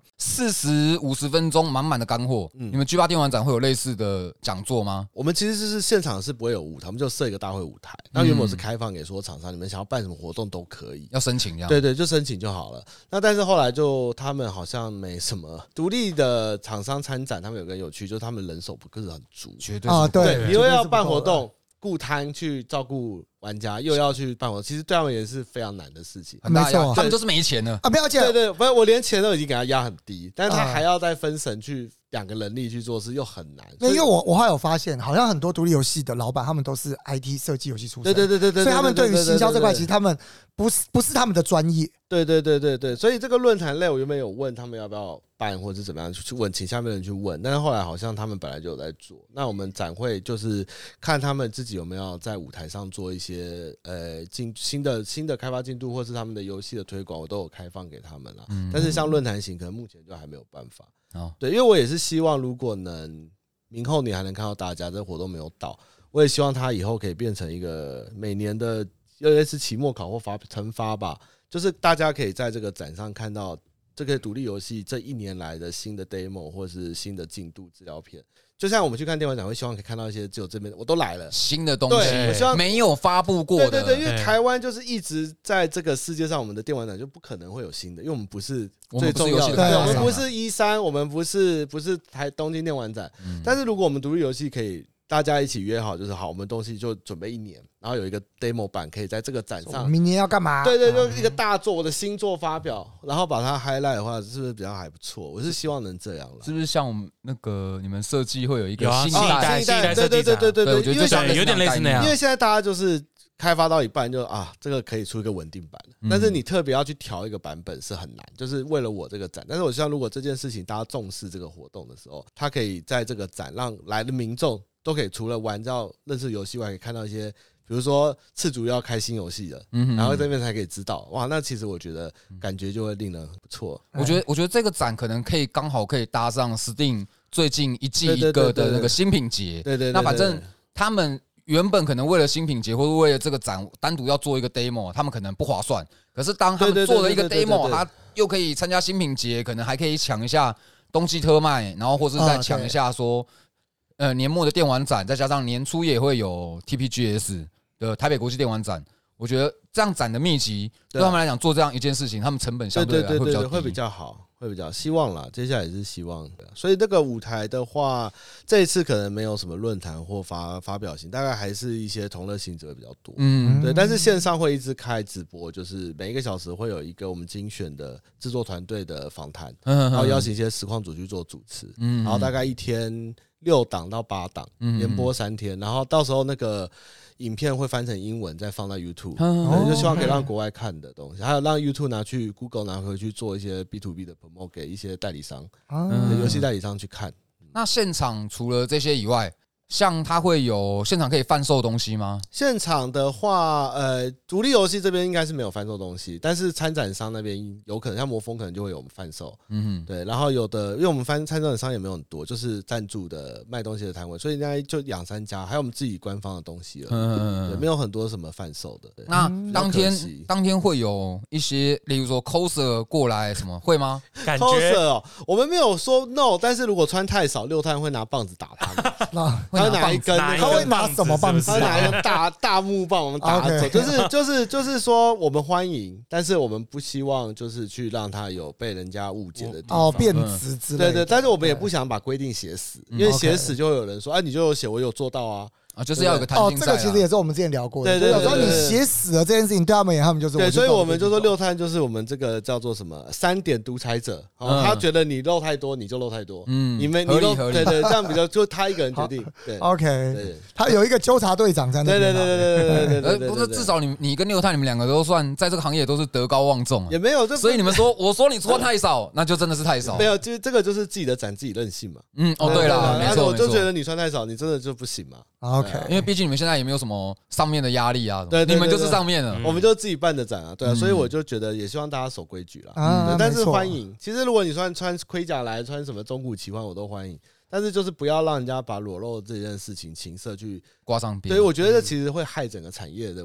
，40-50分钟满满的干货。你们 G8 电玩展会有类似的讲座吗？ 我们其实是现场是不会有舞台，我们就设一个大会舞台。那原本是开放给所有厂商，你们想要办什么活动都可以， 要申请这样。 对，就申请就好了。那但是后来就他们好像没什么独立的厂商参展，他们有个有趣，就是他们人手不是很足， 绝对对， 你又要办活动。顾摊去照顾玩家，又要去办活动，其实对他们也是非常难的事情。 很大压力，他们就是没钱了啊！不要钱， 对，不是我连钱都已经给他压很低，但是他还要再分神去2个人力去做事，又很难。 因为我后来有发现，好像很多独立游戏的老板，他们都是 IT 设计游戏出身， 对， 所以他们对于行销这块，其实他们不是他们的专业。 对，所以这个论坛类，我原本有问他们要不要办，或者怎么样去问，请下面的人去问，但是后来好像他们本来就有在做。那我们展会就是看他们自己有没有在舞台上做一些新的开发进度，或是他们的游戏的推广，我都有开放给他们了。但是像论坛型，可能目前就还没有办法。对，因为我也是希望，如果能明后年还能看到大家，这活动没有倒，我也希望它以后可以变成一个每年的类似期末考或惩罚吧，就是大家可以在这个展上看到这个独立游戏这1年来的新的 demo 或是新的进度资料片。就像我们去看电玩展会，希望可以看到一些只有这边我都来了新的东西， 我希望没有发布过的。 对，因为台湾就是一直在这个世界上，我们的电玩展就不可能会有新的，因为我们不是最重要的，我们不是E3，我们不是东京电玩展。但是如果我们独立游戏可以大家一起约好，就是好，我们东西就准备1年，然后有一个 demo 版可以在这个展上， 明年要干嘛？ 对，就一个大作，我的新作发表，然后把它 highlight 的话，是不是比较还不错？我是希望能这样了。 是不是像我们那个你们设计会有一个新一代对， 我觉得就有点类似那样。 因为现在大家就是开发到一半就这个可以出一个稳定版，但是你特别要去调一个版本是很难，就是为了我这个展。但是我希望如果这件事情大家重视这个活动的时候，它可以在这个展让来的民众都可以除了玩到认识游戏外，可以看到一些，比如说次主要开新游戏了，然后这边才可以知道，哇，那其实我觉得感觉就会令人不错。 我觉得这个展可能刚好可以搭上 Steam 最近一季一个的那个新品节， 对， 那反正他们原本可能为了新品节或者为了这个展单独要做一个 demo， 他们可能不划算。可是当他们做了一个 demo， 他又可以参加新品节，可能还可以抢一下冬季特卖，然后或是再抢一下说。年末的电玩展，再加上年初也会有 TPGS 的台北国际电玩展，我觉得这样展的密集，对他们来讲做这样一件事情，他们成本相对来会比较低， 会比较好，会比较希望啦。接下来也是希望的，所以这个舞台的话，这一次可能没有什么论坛或发表型，大概还是一些同乐性质会比较多。对。但是线上会一直开直播，就是每1个小时会有一个我们精选的制作团队的访谈，然后邀请一些实况组去做主持，然后大概一天6档到8档，连播3天，然后到时候那个影片会翻成英文，再放到 YouTube，就希望可以让国外看的东西，还有让 YouTube 拿去 Google 拿回去做一些 B2B 的 promote 给一些代理商，游戏代理商去看。 那现场除了这些以外，像它会有现场可以贩售东西吗？ 现场的话，独立游戏这边应该是没有贩售东西，但是参展商那边有可能，像魔风可能就会有我们贩售，对。然后有的，因为我们参展商也没有很多，就是赞助的卖东西的摊位，所以应该就2、3家，还有我们自己官方的东西了，对，没有很多什么贩售的。 那当天会有一些，例如说 coser 过来什么会吗？ 感觉 coser 我们没有说 no， 但是如果穿太少，6探会拿棒子打他们。他会拿一根， 他会拿什么棒子？ 他会拿一个大木棒，我们打走。就是说，我们欢迎，但是我们不希望就是去让他有被人家误解的地方， 变质之类的。 对，但是我们也不想把规定写死，因为写死就会有人说，你就有写，我有做到啊。 就是要有个弹性在。 这个其实也是我们之前聊过的。 对， 有时候你写死了这件事情，对他们也，他们就是对，所以我们就说6探就是我们这个叫做什么3点独裁者，他觉得你漏太多，你就漏太多，你漏，对，这样比较就他一个人决定。对 ，OK， 他有一个纠察队长在那边。 对， 不是至少你跟6探你们2个都算在这个行业都是德高望重， 也没有， 所以你们说我说你穿太少，那就真的是太少。 没有，就这个就是自己的展自己任性嘛。 对啦，没错， 我就觉得你穿太少，你真的就不行嘛。 OK， 因为毕竟你们现在也没有什么上面的压力啊，对，你们就是上面了， 我们就自己办的展啊，对啊，所以我就觉得也希望大家守规矩啦，但是欢迎。其实如果你穿盔甲来，穿什么中古奇幻我都欢迎，但是就是不要让人家把裸露这件事情情色去挂上边。 对，我觉得这其实会害整个产业的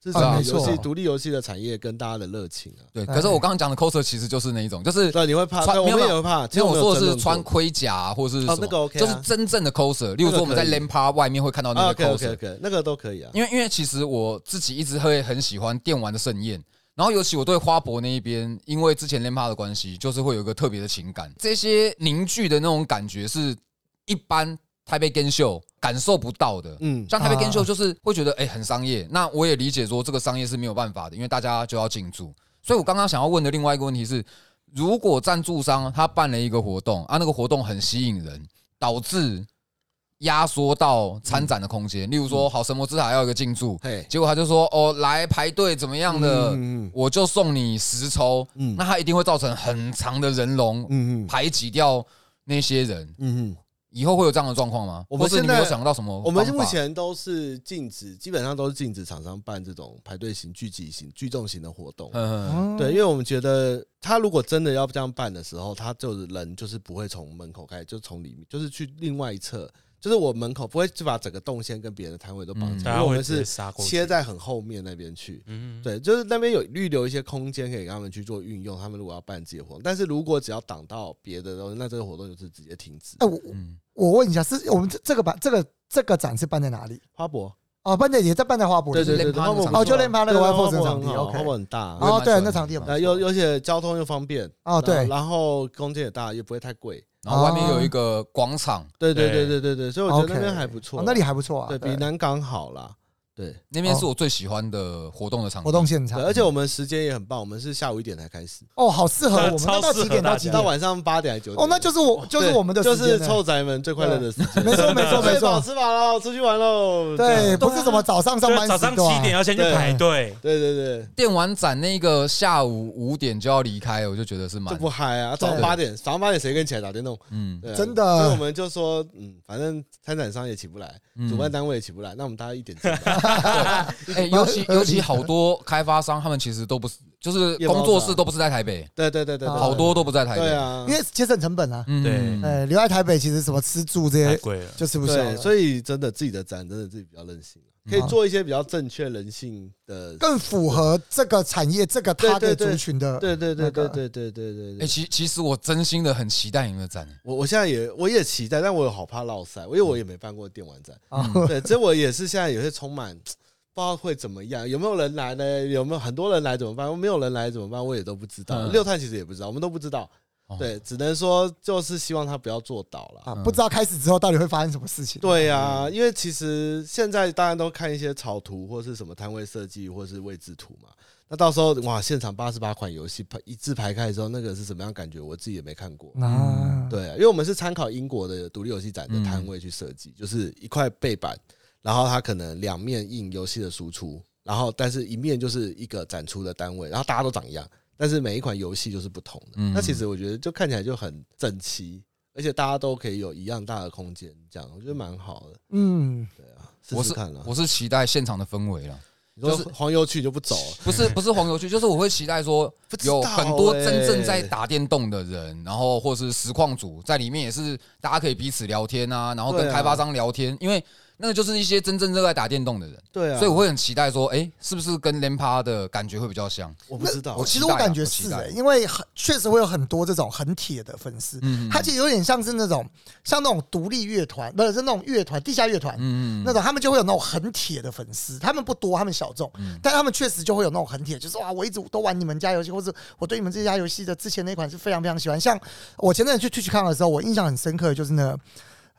是整个游戏独立游戏的产业跟大家的热情啊。 对，可是我刚刚讲的 coser 其实就是那一种，就是对你会怕，我们也会怕。 因为我说的是穿盔甲或是什么， 那个 OK， 就是真正的 coser。例如说我们在 LAN party 外面会看到那个 coser， 那个都可以啊。 因为其实我自己一直会很喜欢电玩的盛宴。然后尤其我对花博那一边，因为之前 LAN party 的关系，就是会有一个特别的情感，这些凝聚的那种感觉是一般台北 Game Show 感受不到的。像台北 Game Show 就是会觉得很商业，那我也理解说这个商业是没有办法的，因为大家就要进驻。所以我刚刚想要问的另外一个问题是，如果赞助商他办了一个活动那个活动很吸引人，导致压缩到参展的空间，例如说，好，神魔之塔要一个进驻，结果他就说，来排队怎么样的，我就送你10抽，那他一定会造成很长的人龙，排挤掉那些人，以后会有这样的状况吗？或是你没有想到什么？ 我们目前都是禁止，基本上都是禁止厂商办这种排队型、聚集型、聚众型的活动。对，因为我们觉得他如果真的要这样办的时候，他就是人就是不会从门口开始，就从里面，就是去另外一侧。就是我门口不会就把整个动线跟别人的摊位都绑起来，因为我们是切在很后面那边去。对，就是那边有预留一些空间可以给他们去做运用。他们如果要办自己的活动，但是如果只要挡到别的东西，那这个活动就是直接停止。 我问一下，是我们这个展是办在哪里？ 花博。 办在也在办在花博， 对，就 LAN party那个 WiFi 场地 ，OK， 花博很大。 对，那场地很大， 而且交通又方便。 对， 然后空间也大，也不会太贵。 然后外面有一个广场， 对，所以我觉得那边还不错， 那里还不错啊， 对比南港好啦。对， 那边是我最喜欢的活动的场地， 活动现场， 而且我们时间也很棒，我们是下午1点才开始。 好适合我们，那到几点到几点？ 到晚上8点还9点。 那就是我们的时间， 就是臭宅们最快乐的时间。 没错， 吃饱了，出去玩喽。 对，不是什么早上上班， 早上7点要先去排队。 对， 电玩展那个下午5点就要离开，我就觉得是蛮就不嗨啊。早上8点谁跟你起来打电动？ 真的。 所以我们就说，反正参展商也起不来，主办单位也起不来，那我们大家1点进来。 尤其好多开发商，他们其实都不是，就是工作室都不是在台北， 对， 好多都不在台北， 对啊， 因为节省成本啊， 对， 留在台北其实什么吃住这些就吃不消， 所以真的自己的展真的自己比较任性，可以做一些比较正确人性的， 更符合这个产业这个target族群的， 对。 其实我真心的很期待你们的展， 我现在我也期待，但我有好怕落赛，因为我也没办过电玩展，对，这我也是现在有些充满。不知道会怎么样，有没有人来呢？有没有很多人来怎么办？没有人来怎么办？我也都不知道。6探其实也不知道，我们都不知道。对，只能说就是希望他不要做倒了。 不知道开始之后到底会发生什么事情。 对啊，因为其实现在大家都看一些草图或是什么摊位设计或是位置图嘛。那到时候现场88款游戏一字排开的时候，那个是什么样感觉？我自己也没看过。对，因为我们是参考英国的独立游戏展的摊位去设计，就是一块背板。然后它可能2面印游戏的输出，然后但是一面就是一个展出的单位，然后大家都长一样，但是每一款游戏就是不同的。那其实我觉得就看起来就很整齐，而且大家都可以有一样大的空间，这样我觉得蛮好的。对啊，试试看啦。 我是期待现场的氛围啦。 就是黄油区就不走了， 不是黄油区，就是我会期待说有很多真正在打电动的人，然后或是实况组在里面也是大家可以彼此聊天啊，然后跟开发商聊天，因为那个就是一些真正热爱打电动的人， 对啊， 所以我会很期待说，是不是跟LAN party的感觉会比较像？ 我不知道， 其实我感觉是因为确实会有很多这种很铁的粉丝，他其实有点像是那种独立乐团，不是那种乐团、地下乐团，那种他们就会有那种很铁的粉丝，他们不多，他们小众，但他们确实就会有那种很铁，就是我一直都玩你们家游戏，或者我对你们这家游戏的之前那款是非常非常喜欢。像我前阵子去 Twitch 看的时候，我印象很深刻的就是那个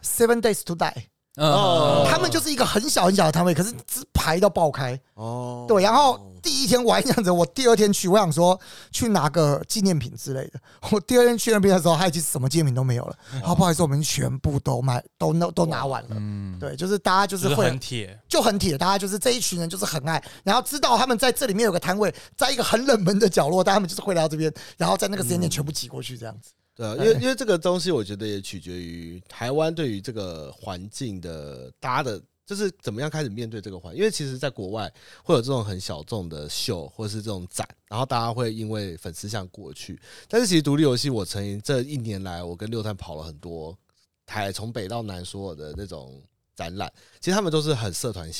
7 Days to Die。他们就是一个很小很小的摊位，可是排到爆开。对，然后第一天我还这样子，我第2天去，我想说去拿个纪念品之类的。我第2天去那边的时候，他已经什么纪念品都没有了。好，不好意思，我们全部都都拿完了。对，就是大家就是会很铁， 就很铁，大家就是这一群人就是很爱，然后知道他们在这里面有个摊位，在一个很冷门的角落，但他们就是会来到这边，然后在那个时间点全部挤过去这样子。 对啊，因为这个东西，我觉得也取决于台湾对于这个环境的大家的，就是怎么样开始面对这个环境。因为其实在国外会有这种很小众的秀，或是这种展，然后大家会因为粉丝向过去。但是其实独立游戏，我曾经这1年来，我跟6探跑了很多从北到南所有的那种展览，其实他们都是很社团型的。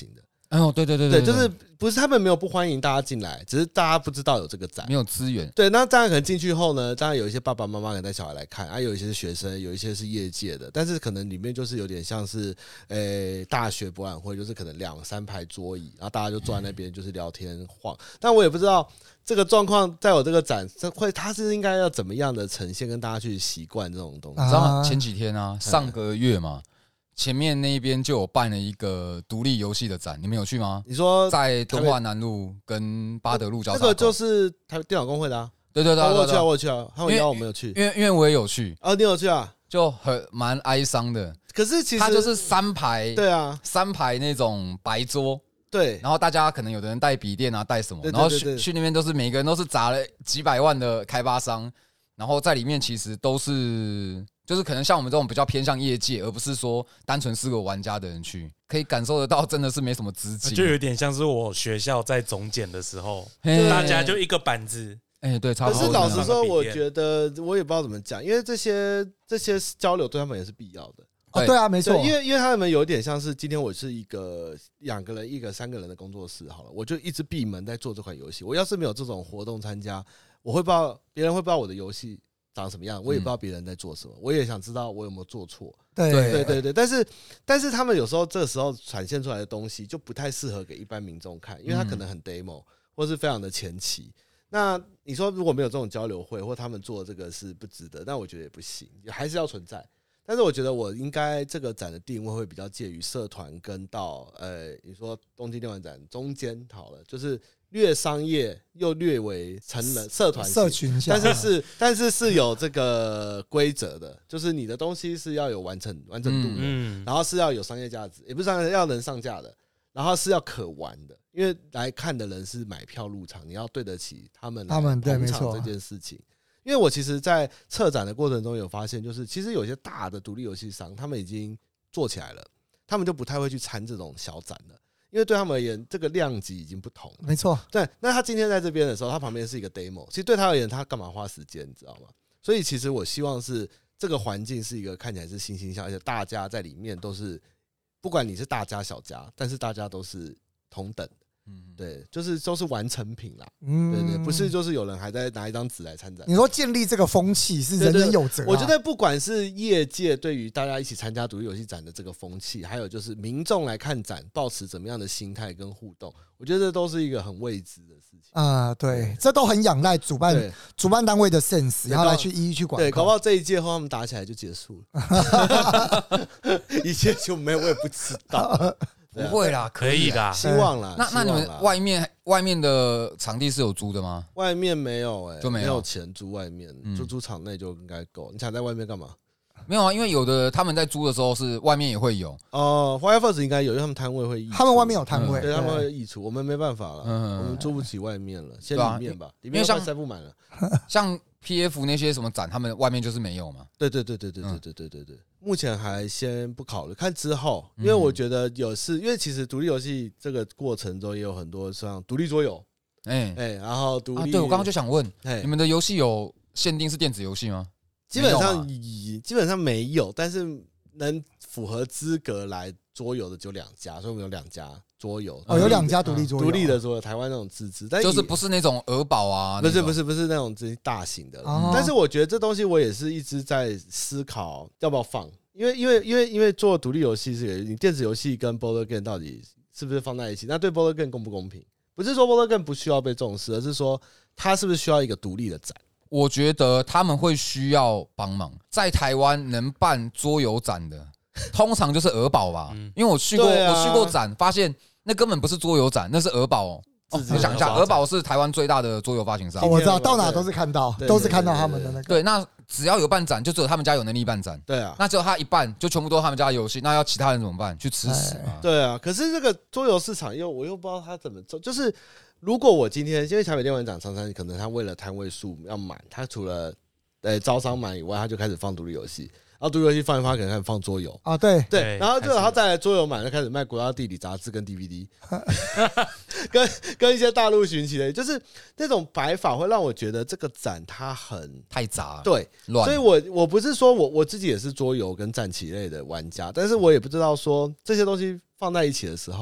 哦，对， 就是不是他们没有不欢迎大家进来，只是大家不知道有这个展， 没有资源。 对，那当然可能进去后呢，当然有一些爸爸妈妈可能带小孩来看，有一些是学生，有一些是业界的，但是可能里面就是有点像是大学博览会，就是可能2-3排桌椅，然后大家就坐在那边就是聊天晃。但我也不知道这个状况在我这个展它是应该要怎么样的呈现，跟大家去习惯这种东西。 你知道前几天啊，上个月嘛。前面那边就有办了一个独立游戏的展，你们有去吗？ 你说在敦化南路跟巴德路交叉口， 这个就是台电脑工会的啊。 对， 我去啊，他们邀我没有去， 因为我也有去啊，你有去啊， 就蛮哀伤的。 可是其实它就是3排， 对啊 ，3排那种白桌， 对， 然后大家可能有的人带笔电啊，带什么，然后去那边都是每个人都是砸了几百万的开发商，然后在里面其实都是。就是可能像我们这种比较偏向业界，而不是说单纯是个玩家的人去，可以感受得到，真的是没什么资金， 就有点像是我学校在总检的时候，大家就一个板子， 对，差不多。 可是老实说，我觉得我也不知道怎么讲，因为这些交流对他们也是必要的。 对啊，没错， 因为他们有点像是今天我是一个2个人、1个3个人的工作室好了，我就一直闭门在做这款游戏。我要是没有这种活动参加，我会不知道别人会不知道我的游戏长什么样，我也不知道别人在做什么，我也想知道我有没有做错。对，但是他们有时候这时候展现出来的东西就不太适合给一般民众看，因为他可能很 demo 或是非常的前期。那你说如果没有这种交流会，或他们做这个是不值得，但我觉得也不行，还是要存在。但是我觉得我应该这个展的定位会比较介于社团跟到你说东京电玩展中间好了，就是略商业又略为成人社团社群下， 但是是有这个规则的，就是你的东西是要有完整度的，然后是要有商业价值，也不是商业，要能上架的，然后是要可玩的，因为来看的人是买票入场，你要对得起他们捧场这件事情。因为我其实，在策展的过程中有发现，就是其实有些大的独立游戏商，他们已经做起来了，他们就不太会去参这种小展了，因为对他们而言，这个量级已经不同了。 没错， 对。那他今天在这边的时候，他旁边是一个 demo， 其实对他而言，他干嘛花时间，你知道吗？所以其实我希望是这个环境是一个看起来是欣欣向，而且大家在里面都是，不管你是大家小家，但是大家都是同等的。对，就是都是完成品啦。对，不是就是有人还在拿一张纸来参展。 你说建立这个风气是人人有责。 我觉得不管是业界对于大家一起参加独立游戏展的这个风气，还有就是民众来看展，抱持怎么样的心态跟互动，我觉得这都是一个很未知的事情啊。对，这都很仰赖主办单位的 sense， 然后来去一一去管控。 对，搞不好这一届后他们打起来就结束了，一届就没有，我也不知道。 不会啦， 可以的， 希望啦。 那你们外面的场地是有租的吗？ 外面没有就没有钱租外面，就租场内就应该够。你想在外面干嘛？ 没有啊，因为有的他们在租的时候是外面也会有哦。Firefox 应该有，因为他们摊位会溢出， 他们外面有摊位， 对，他们会溢出。我们没办法了，我们租不起外面了，先里面吧，里面快塞不满了。 像 PF 那些什么展，他们外面就是没有嘛。 对，目前还先不考虑，看之后，因为我觉得因为其实独立游戏这个过程中也有很多像独立桌游，然后独立。 对，我刚刚就想问，你们的游戏有限定是电子游戏吗？ 基本上没有，但是能符合资格来桌游的就2家，所以我们有2家桌游。 有2家独立桌游， 独立的桌游，台湾那种自制，但就是不是那种鹅堡啊， 不是那种大型的。但是我觉得这东西我也是一直在思考要不要放，因为做独立游戏是你电子游戏跟 Board Game 到底是不是放在一起？那对 Board Game 公不公平？不是说 Board Game 不需要被重视，而是说它是不是需要一个独立的展？ 我觉得他们会需要帮忙，在台湾能办桌游展的，通常就是鹅堡吧。因为我去过展，发现那根本不是桌游展，那是鹅堡。我想一下，鹅堡是台湾最大的桌游发行商。 我知道，到哪都是看到他们的那个。 对，那只要有办展，就只有他们家有能力办展。 对啊， 那只有他一办，就全部都是他们家的游戏，那要其他人怎么办？去吃屎嘛？ 对啊，可是这个桌游市场我又不知道他怎么做，就是。如果我今天因为台北电玩展常常可能他为了摊位数要满，他除了招商满以外，他就开始放独立游戏，然后独立游戏放一放，可能开始放桌游啊，对， 然后他再来桌游满，就开始卖国家地理杂志跟 DVD， 跟一些大陆寻奇的，就是那种摆法会让我觉得这个展它太杂， 对，所以我不是说我自己也是桌游跟战棋类的玩家，但是我也不知道说这些东西放在一起的时候。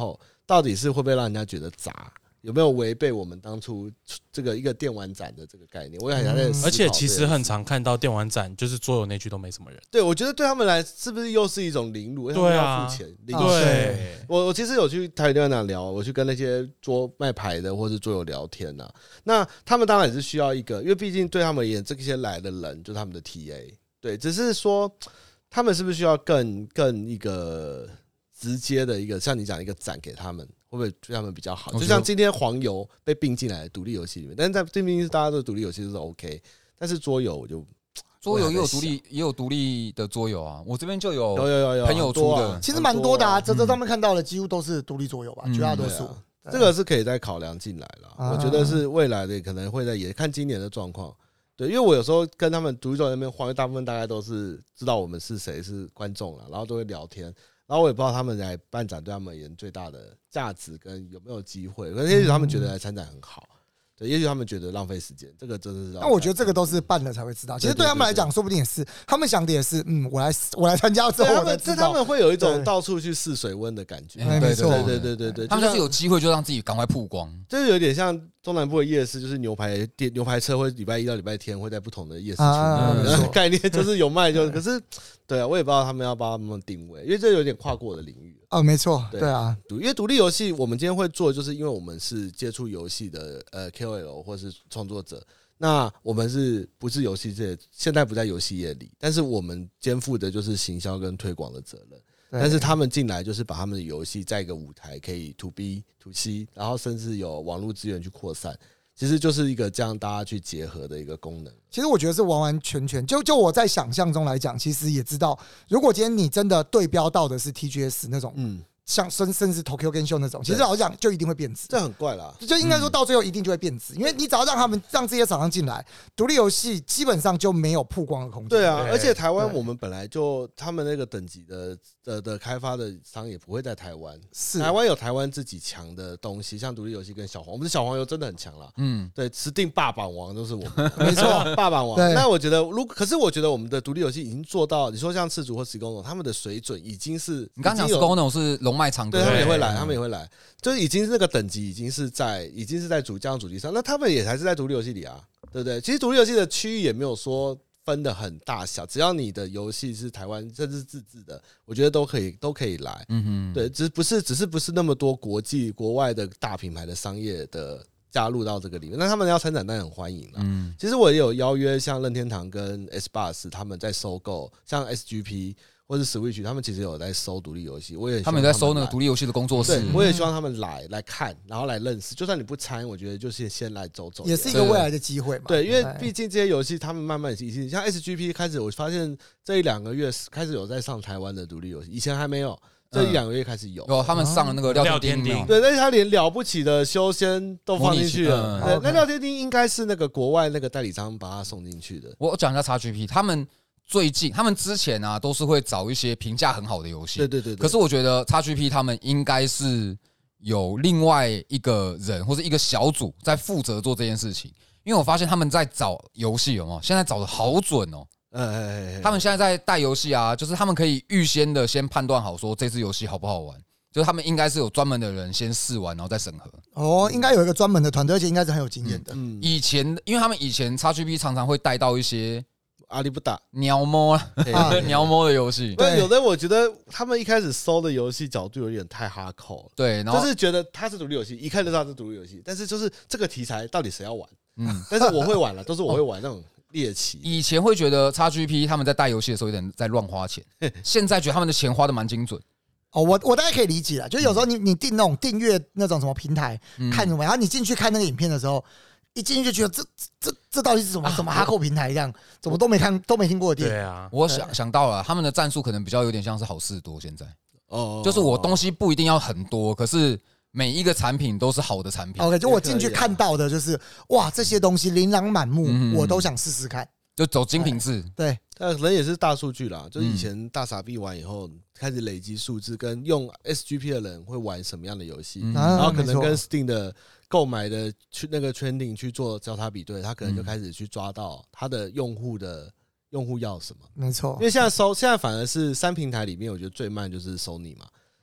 到底是会不会让人家觉得杂？有没有违背我们当初这个一个电玩展的这个概念？我也还在思考。 而且其实很常看到电玩展，就是桌游那区都没什么人。 对，我觉得对他们来，是不是又是一种凌辱？ 对啊， 要付钱。 对， 我其实有去台北电玩展聊，我去跟那些卖牌的或是桌游聊天啊。那他们当然也是需要一个，因为毕竟对他们而言，这些来的人就是他们的 TA。对，只是说他们是不是需要更一个直接的一个，像你讲一个展给他们？会不会对他们比较好？就像今天黄油被并进来的独立游戏里面，但是在这边大家的独立游戏都是 OK， 但是桌游我就桌游也有独立的桌游啊，我这边就有朋友出的， 其实蛮多的啊。这上面看到的几乎都是独立桌游吧，绝大多数。 这个是可以再考量进来了，我觉得是未来的可能会也看今年的状况。对，因为我有时候跟他们独立桌游那边晃，大部分大概都是知道我们是谁是观众了，然后都会聊天。然后我也不知道他们来办展对他们而言最大的价值跟有没有机会，可能也许他们觉得来参展很好，对，也许他们觉得浪费时间，这个真的是。 那我觉得这个都是办了才会知道，其实对他们来讲，说不定也是他们想的也是，我来参加之后， 他们会有一种到处去试水温的感觉， 没错， 对， 他们就是有机会就让自己赶快曝光， 就是有点像中南部的夜市，就是牛排车会礼拜一到礼拜天会在不同的夜市区，概念就是有卖就，可是对啊，我也不知道他们要帮他们定位，因为这有点跨过我的领域没错，对啊， 因为独立游戏我们今天会做，就是因为我们是接触游戏的KOL 或是创作者，那我们不是游戏界，现在不在游戏业里，但是我们肩负的就是行销跟推广的责任。但是他们进来就是把他们的游戏在一个舞台可以 to B to C， 然后甚至有网络资源去扩散，其实就是一个这样大家去结合的一个功能。 其实我觉得是完完全全，就我在想象中来讲，其实也知道，如果今天你真的对标到的是 TGS 那种，像甚至 Tokyo Game Show 那种，其实老实讲就一定会变质， 这很怪啦。 就应该说到最后一定就会变质，因为你只要让这些厂商进来，独立游戏基本上就没有曝光的空间。 对啊，而且台湾我们本来就他们那个等级的开发的商也不会在台湾，台湾有台湾自己强的东西，像独立游戏跟小黄，我们的小黄油真的很强啦。对，持定霸榜王都是我们，没错，霸榜王。那我觉得可是我觉得我们的独立游戏已经做到，你说像赤足或十公他们的水准已经是， 你刚讲十公是龙脉长， 对他们也会来，就是已经是那个等级已经是在这样主题上，那他们也还是在独立游戏里啊，对不对？其实独立游戏的区域也没有说分的很大小，只要你的游戏是台湾甚至自制的，我觉得都可以来。对，只是不是那么多国外的大品牌的商业的加入到这个里面，那他们要参展当然很欢迎了。其实我也有邀约像任天堂跟 S-Bus 他们在收购，像 SGP。或是 Switch， 他们其实有在收独立游戏， 他们在收那个独立游戏的工作室。 对，我也希望他们来看，然后来认识。就算你不参，我觉得就是先来走走， 也是一个未来的机会嘛。 对，因为毕竟这些游戏，他们慢慢已经像 SGP 开始，我发现这1-2个月开始有在上台湾的独立游戏，以前还没有。这1-2个月开始有， 他们上了那个廖天丁， 对，而且他连了不起的修仙都放进去了。对，那廖天丁应该是那个国外那个代理商把他送进去的。 我讲一下 XGP， 他们之前啊都是会找一些评价很好的游戏， 对。 可是我觉得 XGP 他们应该是有另外一个人或者一个小组在负责做这件事情，因为我发现他们在找游戏现在找的好准哦。他们现在在带游戏啊，就是他们可以预先的先判断好说这支游戏好不好玩，就是他们应该是有专门的人先试完然后再审核。 应该有一个专门的团队，而且应该是很有经验的。 以前因为他们以前 XGP 常常会带到一些。 阿里不打鸟摸鸟摸的游戏， 对，有的我觉得他们一开始收的游戏角度有点太哈扣了， 对，然后就是觉得它是独立游戏，一看就知道是独立游戏，但是就是这个题材到底谁要玩？但是我会玩了，都是我会玩那种猎奇。 以前会觉得 XGP 他们在带游戏的时候有点在乱花钱，现在觉得他们的钱花的蛮精准。 我大概可以理解了，就有时候你订那种订阅那种什么平台看什么，然后你进去看那个影片的时候。一进去就觉得这到底是什么哈扣平台这样，怎么都没听过的店。 对啊， 我想到了，他们的战术可能比较有点像是好事多。现在就是我东西不一定要很多，可是每一个产品都是好的产品。 OK， 就我进去看到的就是哇，这些东西琳琅满目，我都想试试看。 就走精品制， 对， 可能也是大数据啦。就是以前大傻逼玩以后，开始累积数字，跟用 SGP 的人会玩什么样的游戏，然后可能跟 Steam 的购买的去那个 trending 去做交叉比对，他可能就开始去抓到他的用户要什么。 没错， 因为现在反而是3平台里面，我觉得最慢就是 Sony 嘛。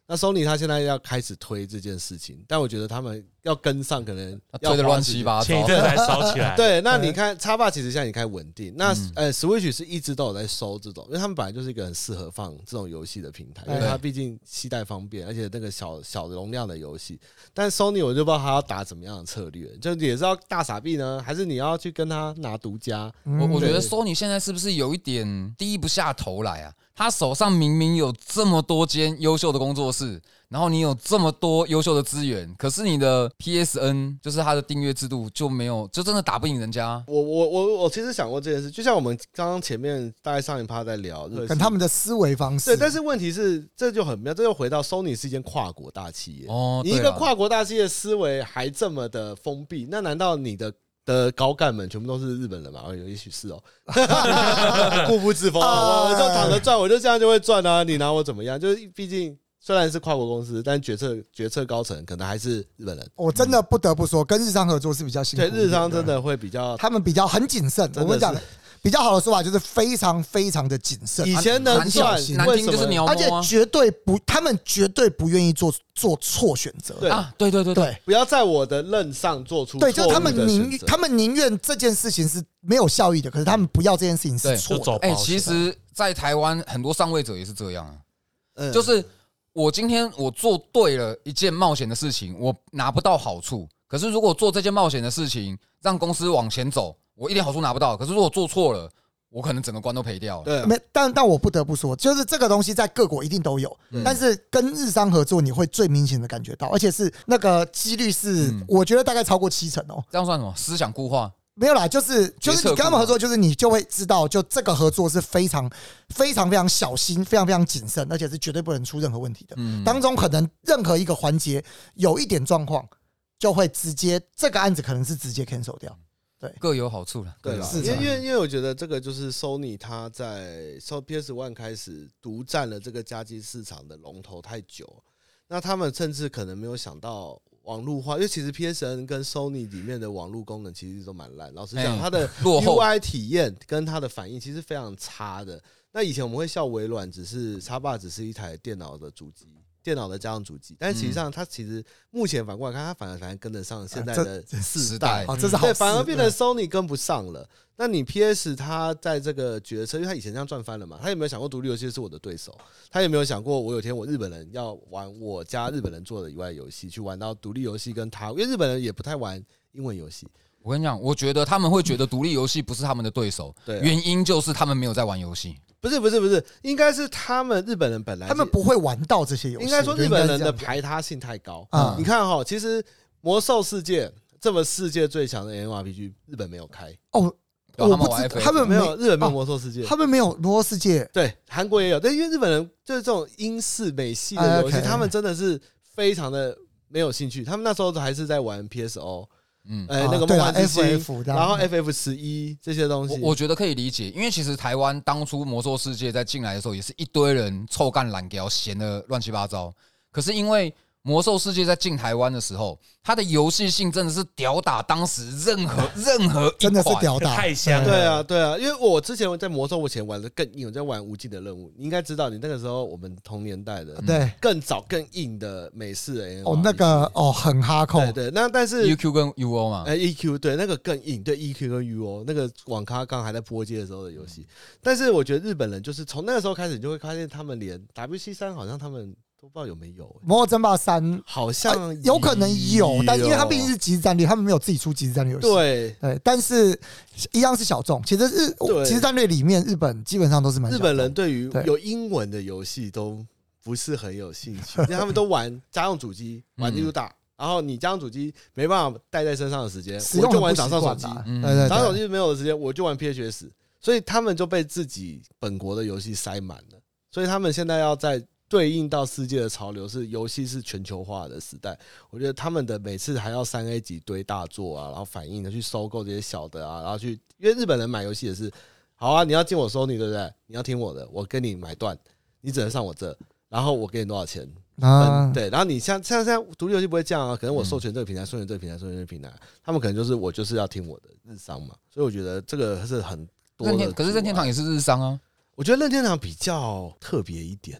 那 Sony 他现在要开始推这件事情，但我觉得他们要跟上，可能要推的乱七八糟， 前一阵才烧起来。 对，那你看 Xbox 其实现在已经开始稳定，那Switch 是一直都有在收这种，因为他们本来就是一个很适合放这种游戏的平台，因为它毕竟携带方便，而且那个小容量的游戏。但 Sony 我就不知道他要打怎么样的策略，就也是要大傻逼呢，还是你要去跟他拿独家？ 我觉得 Sony 现在是不是有一点低不下头来啊？他手上明明有这么多间优秀的工作室，然后你有这么多优秀的资源，可是你的 PSN 就是它的订阅制度就没有，就真的打不赢人家。 我其实想过这件事，就像我们刚刚前面大概上一趴在聊， 跟他们的思维方式。 对，但是问题是这就很妙，这又回到 Sony 是一间跨国大企业，你一个跨国大企业思维还这么的封闭，那难道你的高干们全部都是日本人嘛？也许是哦，固步自封，我就躺着赚，我就这样就会赚啊！你拿我怎么样？就是毕竟虽然是跨国公司，但决策高层可能还是日本人。 我真的不得不说，跟日商合作是比较辛苦。 对，日商真的会比较， 他们比较很谨慎。我跟你讲。比较好的说法就是非常非常的谨慎， 以前能赚， 难听就是你要摸， 而且绝对不，他们绝对不愿意做错选择。 对啊，对， 不要在我的任上做出错误的选择。 对，就他们宁愿这件事情是没有效益的，可是他们不要这件事情是错的。 其实，在台湾很多上位者也是这样啊，就是我今天我做对了一件冒险的事情，我拿不到好处，可是如果做这件冒险的事情让公司往前走，我一点好处拿不到，可是如果做错了，我可能整个关都赔掉了。 对， 但我不得不说，就是这个东西在各国一定都有，但是跟日商合作，你会最明显的感觉到，而且是那个几率是，我觉得大概超过70%哦。 这样算什么？思想固化？ 没有啦，就是你跟他们合作，就是你就会知道，就这个合作是非常非常非常小心、非常非常谨慎，而且是绝对不能出任何问题的。当中可能任何一个环节有一点状况，就会直接这个案子可能是直接 cancel 掉。对， 各有好处了。 对啦，因为我觉得这个就是 Sony 它在 PS1 开始独占了这个家机市场的龙头太久，那他们甚至可能没有想到网络化，因为其实 PSN 跟 Sony 里面的网络功能其实都蛮烂。老实讲，它的 UI 体验跟它的反应其实非常差的。那以前我们会笑微软Xbox 只是一台电脑的主机。电脑的加上主机，但是实际上它其实目前反过来看，它反而跟得上现在的世代， 这是好事， 反而变成 Sony 跟不上了。那你 PS 它在这个决策，因为它以前这样赚翻了嘛，他有没有想过独立游戏是我的对手？他有没有想过我有天我日本人要玩我家日本人做的以外游戏，去玩到独立游戏跟他，因为日本人也不太玩英文游戏。 我跟你讲，我觉得他们会觉得独立游戏不是他们的对手，原因就是他们没有在玩游戏。 不是，应该是他们日本人本来他们不会玩到这些游戏。 应该说日本人的排他性太高。你看哈，其实魔兽世界这么世界最强的 MMORPG， 日本没有开哦。我不知他们没有，日本没有魔兽世界， 他们没有魔兽世界。 对，韩国也有，但因为日本人就是这种英式美系的游戏，他们真的是非常的没有兴趣。他们那时候还是在玩 PSO。那个梦幻之星，然后 FF11这些东西， 我觉得可以理解，因为其实台湾当初魔兽世界在进来的时候，也是一堆人臭干懒屌，闲的乱七八糟。可是因为魔兽世界在进台湾的时候，它的游戏性真的是屌打当时任何一款， 真的是屌打， 太香了。对啊，因为我之前在魔兽前玩的更硬，我在玩无尽的任务，你应该知道，你那个时候我们同年代的， 对， 更早更硬的美式的那个很哈扣， 对，那但是 EQ 跟 UO 嘛 ，EQ 对那个更硬，对 EQ 跟 UO 那个网咖刚还在波接的时候的游戏，但是我觉得日本人就是从那个时候开始，你就会发现他们连 WC3好像他们。都不知道有没有魔兽争霸3 好像有可能有，但因为它毕竟是即时战略，他们没有自己出即时战略游戏。对，但是一样是小众。其实即时战略里面，日本基本上都是蛮小众。 日本人对于有英文的游戏都不是很有兴趣，因为他们都玩家用主机，玩力度大。然后你家用主机没办法带在身上的时间，我就玩掌上手机。掌上手机没有的时间，我就玩 PHS。所以他们就被自己本国的游戏塞满了。所以他们现在要在对应到世界的潮流是游戏是全球化的时代，我觉得他们的每次还要3A 级堆大作啊，然后反应的去收购这些小的啊，然后去，因为日本人买游戏也是，好啊，你要进我Sony对不对？你要听我的，我跟你买断，你只能上我这，然后我给你多少钱对，然后你像独立游戏不会这样啊，可能我授权这个平台，授权这个平台，授权这个平台，他们可能就是我就是要听我的日商嘛，所以我觉得这个是很多的。 可是任天堂也是日商啊， 我觉得任天堂比较特别一点。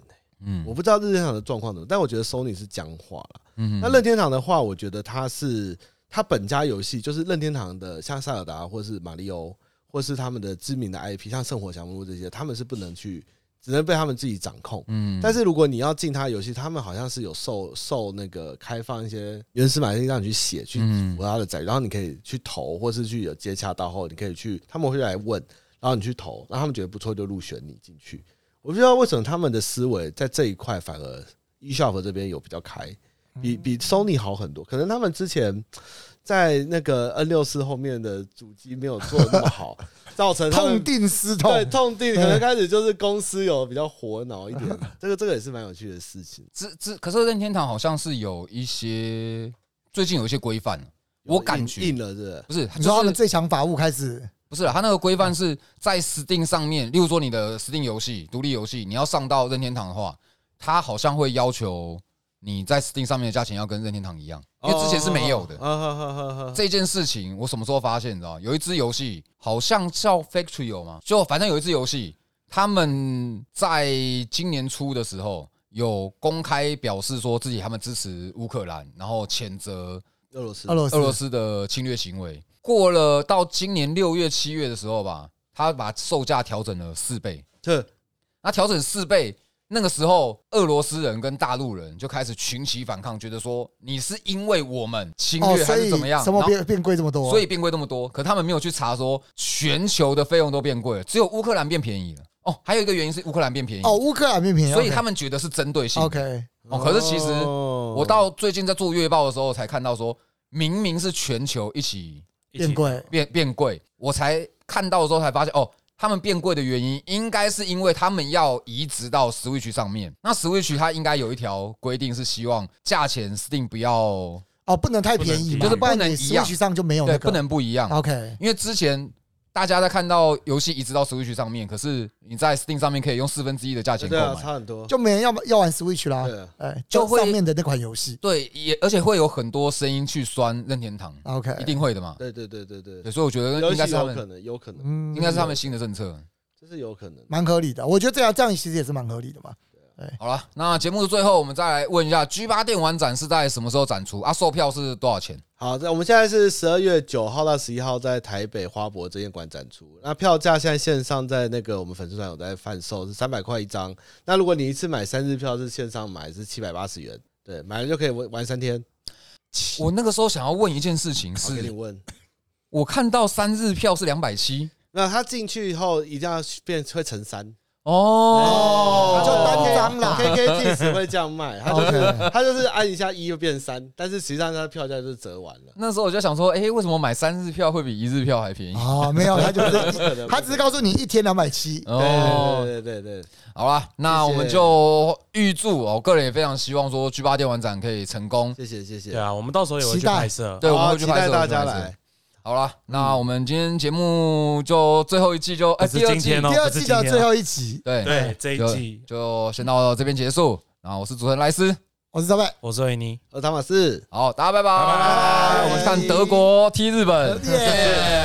我不知道任天堂的状况怎么，但我觉得 Sony 是僵化了。那任天堂的话，我觉得它本家游戏就是任天堂的，像塞尔达或是马里欧，或是他们的知名的 IP， 像圣火降魔录这些，他们是不能去，只能被他们自己掌控。但是如果你要进他的游戏，他们好像是有受那个开放一些原始码让你去写，去符合他的载具，然后你可以去投，或是去有接洽到后，你可以去，他们会来问，然后你去投，然后他们觉得不错就入选你进去。我不知道为什么他们的思维在这一块反而 eShop 这边有比较开，比 Sony 好很多。可能他们之前在那个 N64 后面的主机没有做得那么好，造成痛定思痛。 对，痛定可能开始就是公司有比较活脑一点，这个也是蛮有趣的事情。 可是任天堂好像是有一些最近有一些规范，我感觉硬了，是不是？ 不是， 你说他们最强法务开始。 不是，他那个规范是在 Steam 上面，例如说你的 Steam 游戏、独立游戏，你要上到任天堂的话，他好像会要求你在 Steam 上面的价钱要跟任天堂一样，因为之前是没有的。这件事情我什么时候发现？你知道，有一支游戏好像叫 Factory 有吗？就反正有一支游戏，他们在今年初的时候有公开表示说自己他们支持乌克兰，然后谴责俄罗斯的侵略行为。过了到今年6月、7月的时候吧，他把售价调整了4倍。那调整4倍，那个时候俄罗斯人跟大陆人就开始群起反抗，觉得说你是因为我们侵略还是怎么样？ 什么变贵这么多？ 所以变贵这么多。可他们没有去查说全球的费用都变贵了，只有乌克兰变便宜了。哦，还有一个原因是乌克兰变便宜。 哦，乌克兰变便宜， 所以他们觉得是针对性。 OK。 可是其实我到最近在做月报的时候才看到说，明明是全球一起。变贵，我才看到的时候才发现，他们变贵的原因应该是因为他们要移植到 Switch 上面。那 Switch 它应该有一条规定是希望价钱 Steam 不要不能太便宜， 就是不能一样 ，Switch 上就没有那个， 对，不能不一样。 OK， 因为之前大家在看到游戏移植到 Switch 上面，可是你在 Steam 上面可以用1/4的价钱购买， 差很多， 就没人要玩 Switch 啦。就上面的那款游戏， 对，而且会有很多声音去酸任天堂 ，OK， 一定会的嘛。 对， 所以我觉得应该是他们有可能， 应该是他们新的政策， 这是有可能， 蛮合理的。我觉得这样其实也是蛮合理的嘛。 好了，那节目的最后，我们再来问一下 G8 电玩展是在什么时候展出啊？售票是多少钱？ 好，我们现在是12月9号到11号在台北花博争艳馆展出。那票价现在线上在那个我们粉丝团有在贩售，是300块一张。那如果你一次买3日票，是线上买是780元，对，买了就可以玩3天。 我那个时候想要问一件事情是， 给你问， 我看到3日票是270， 那他进去以后一定要会乘3。 就单张啦 ，KKTix 会这样卖，他就是按一下1就变3，但是实际上它票价就是折完了。 那时候我就想说，为什么买3日票会比1日票还便宜？ 没有，他只是告诉你一天270。 对， 好啦，那我们就预祝我个人也非常希望说 G8 电玩展可以成功。 谢谢。 对啊，我们到时候也会去拍摄， 对，我们会去拍摄， 大家来。 好了，那我们今天节目就最后一季就第二季的最后一集， 对， 这一季就先到这边结束。然后我是主持人莱斯， 我是赵贝， 我是维尼， 我是汤马斯。 好，大家拜拜，我们看德国踢日本。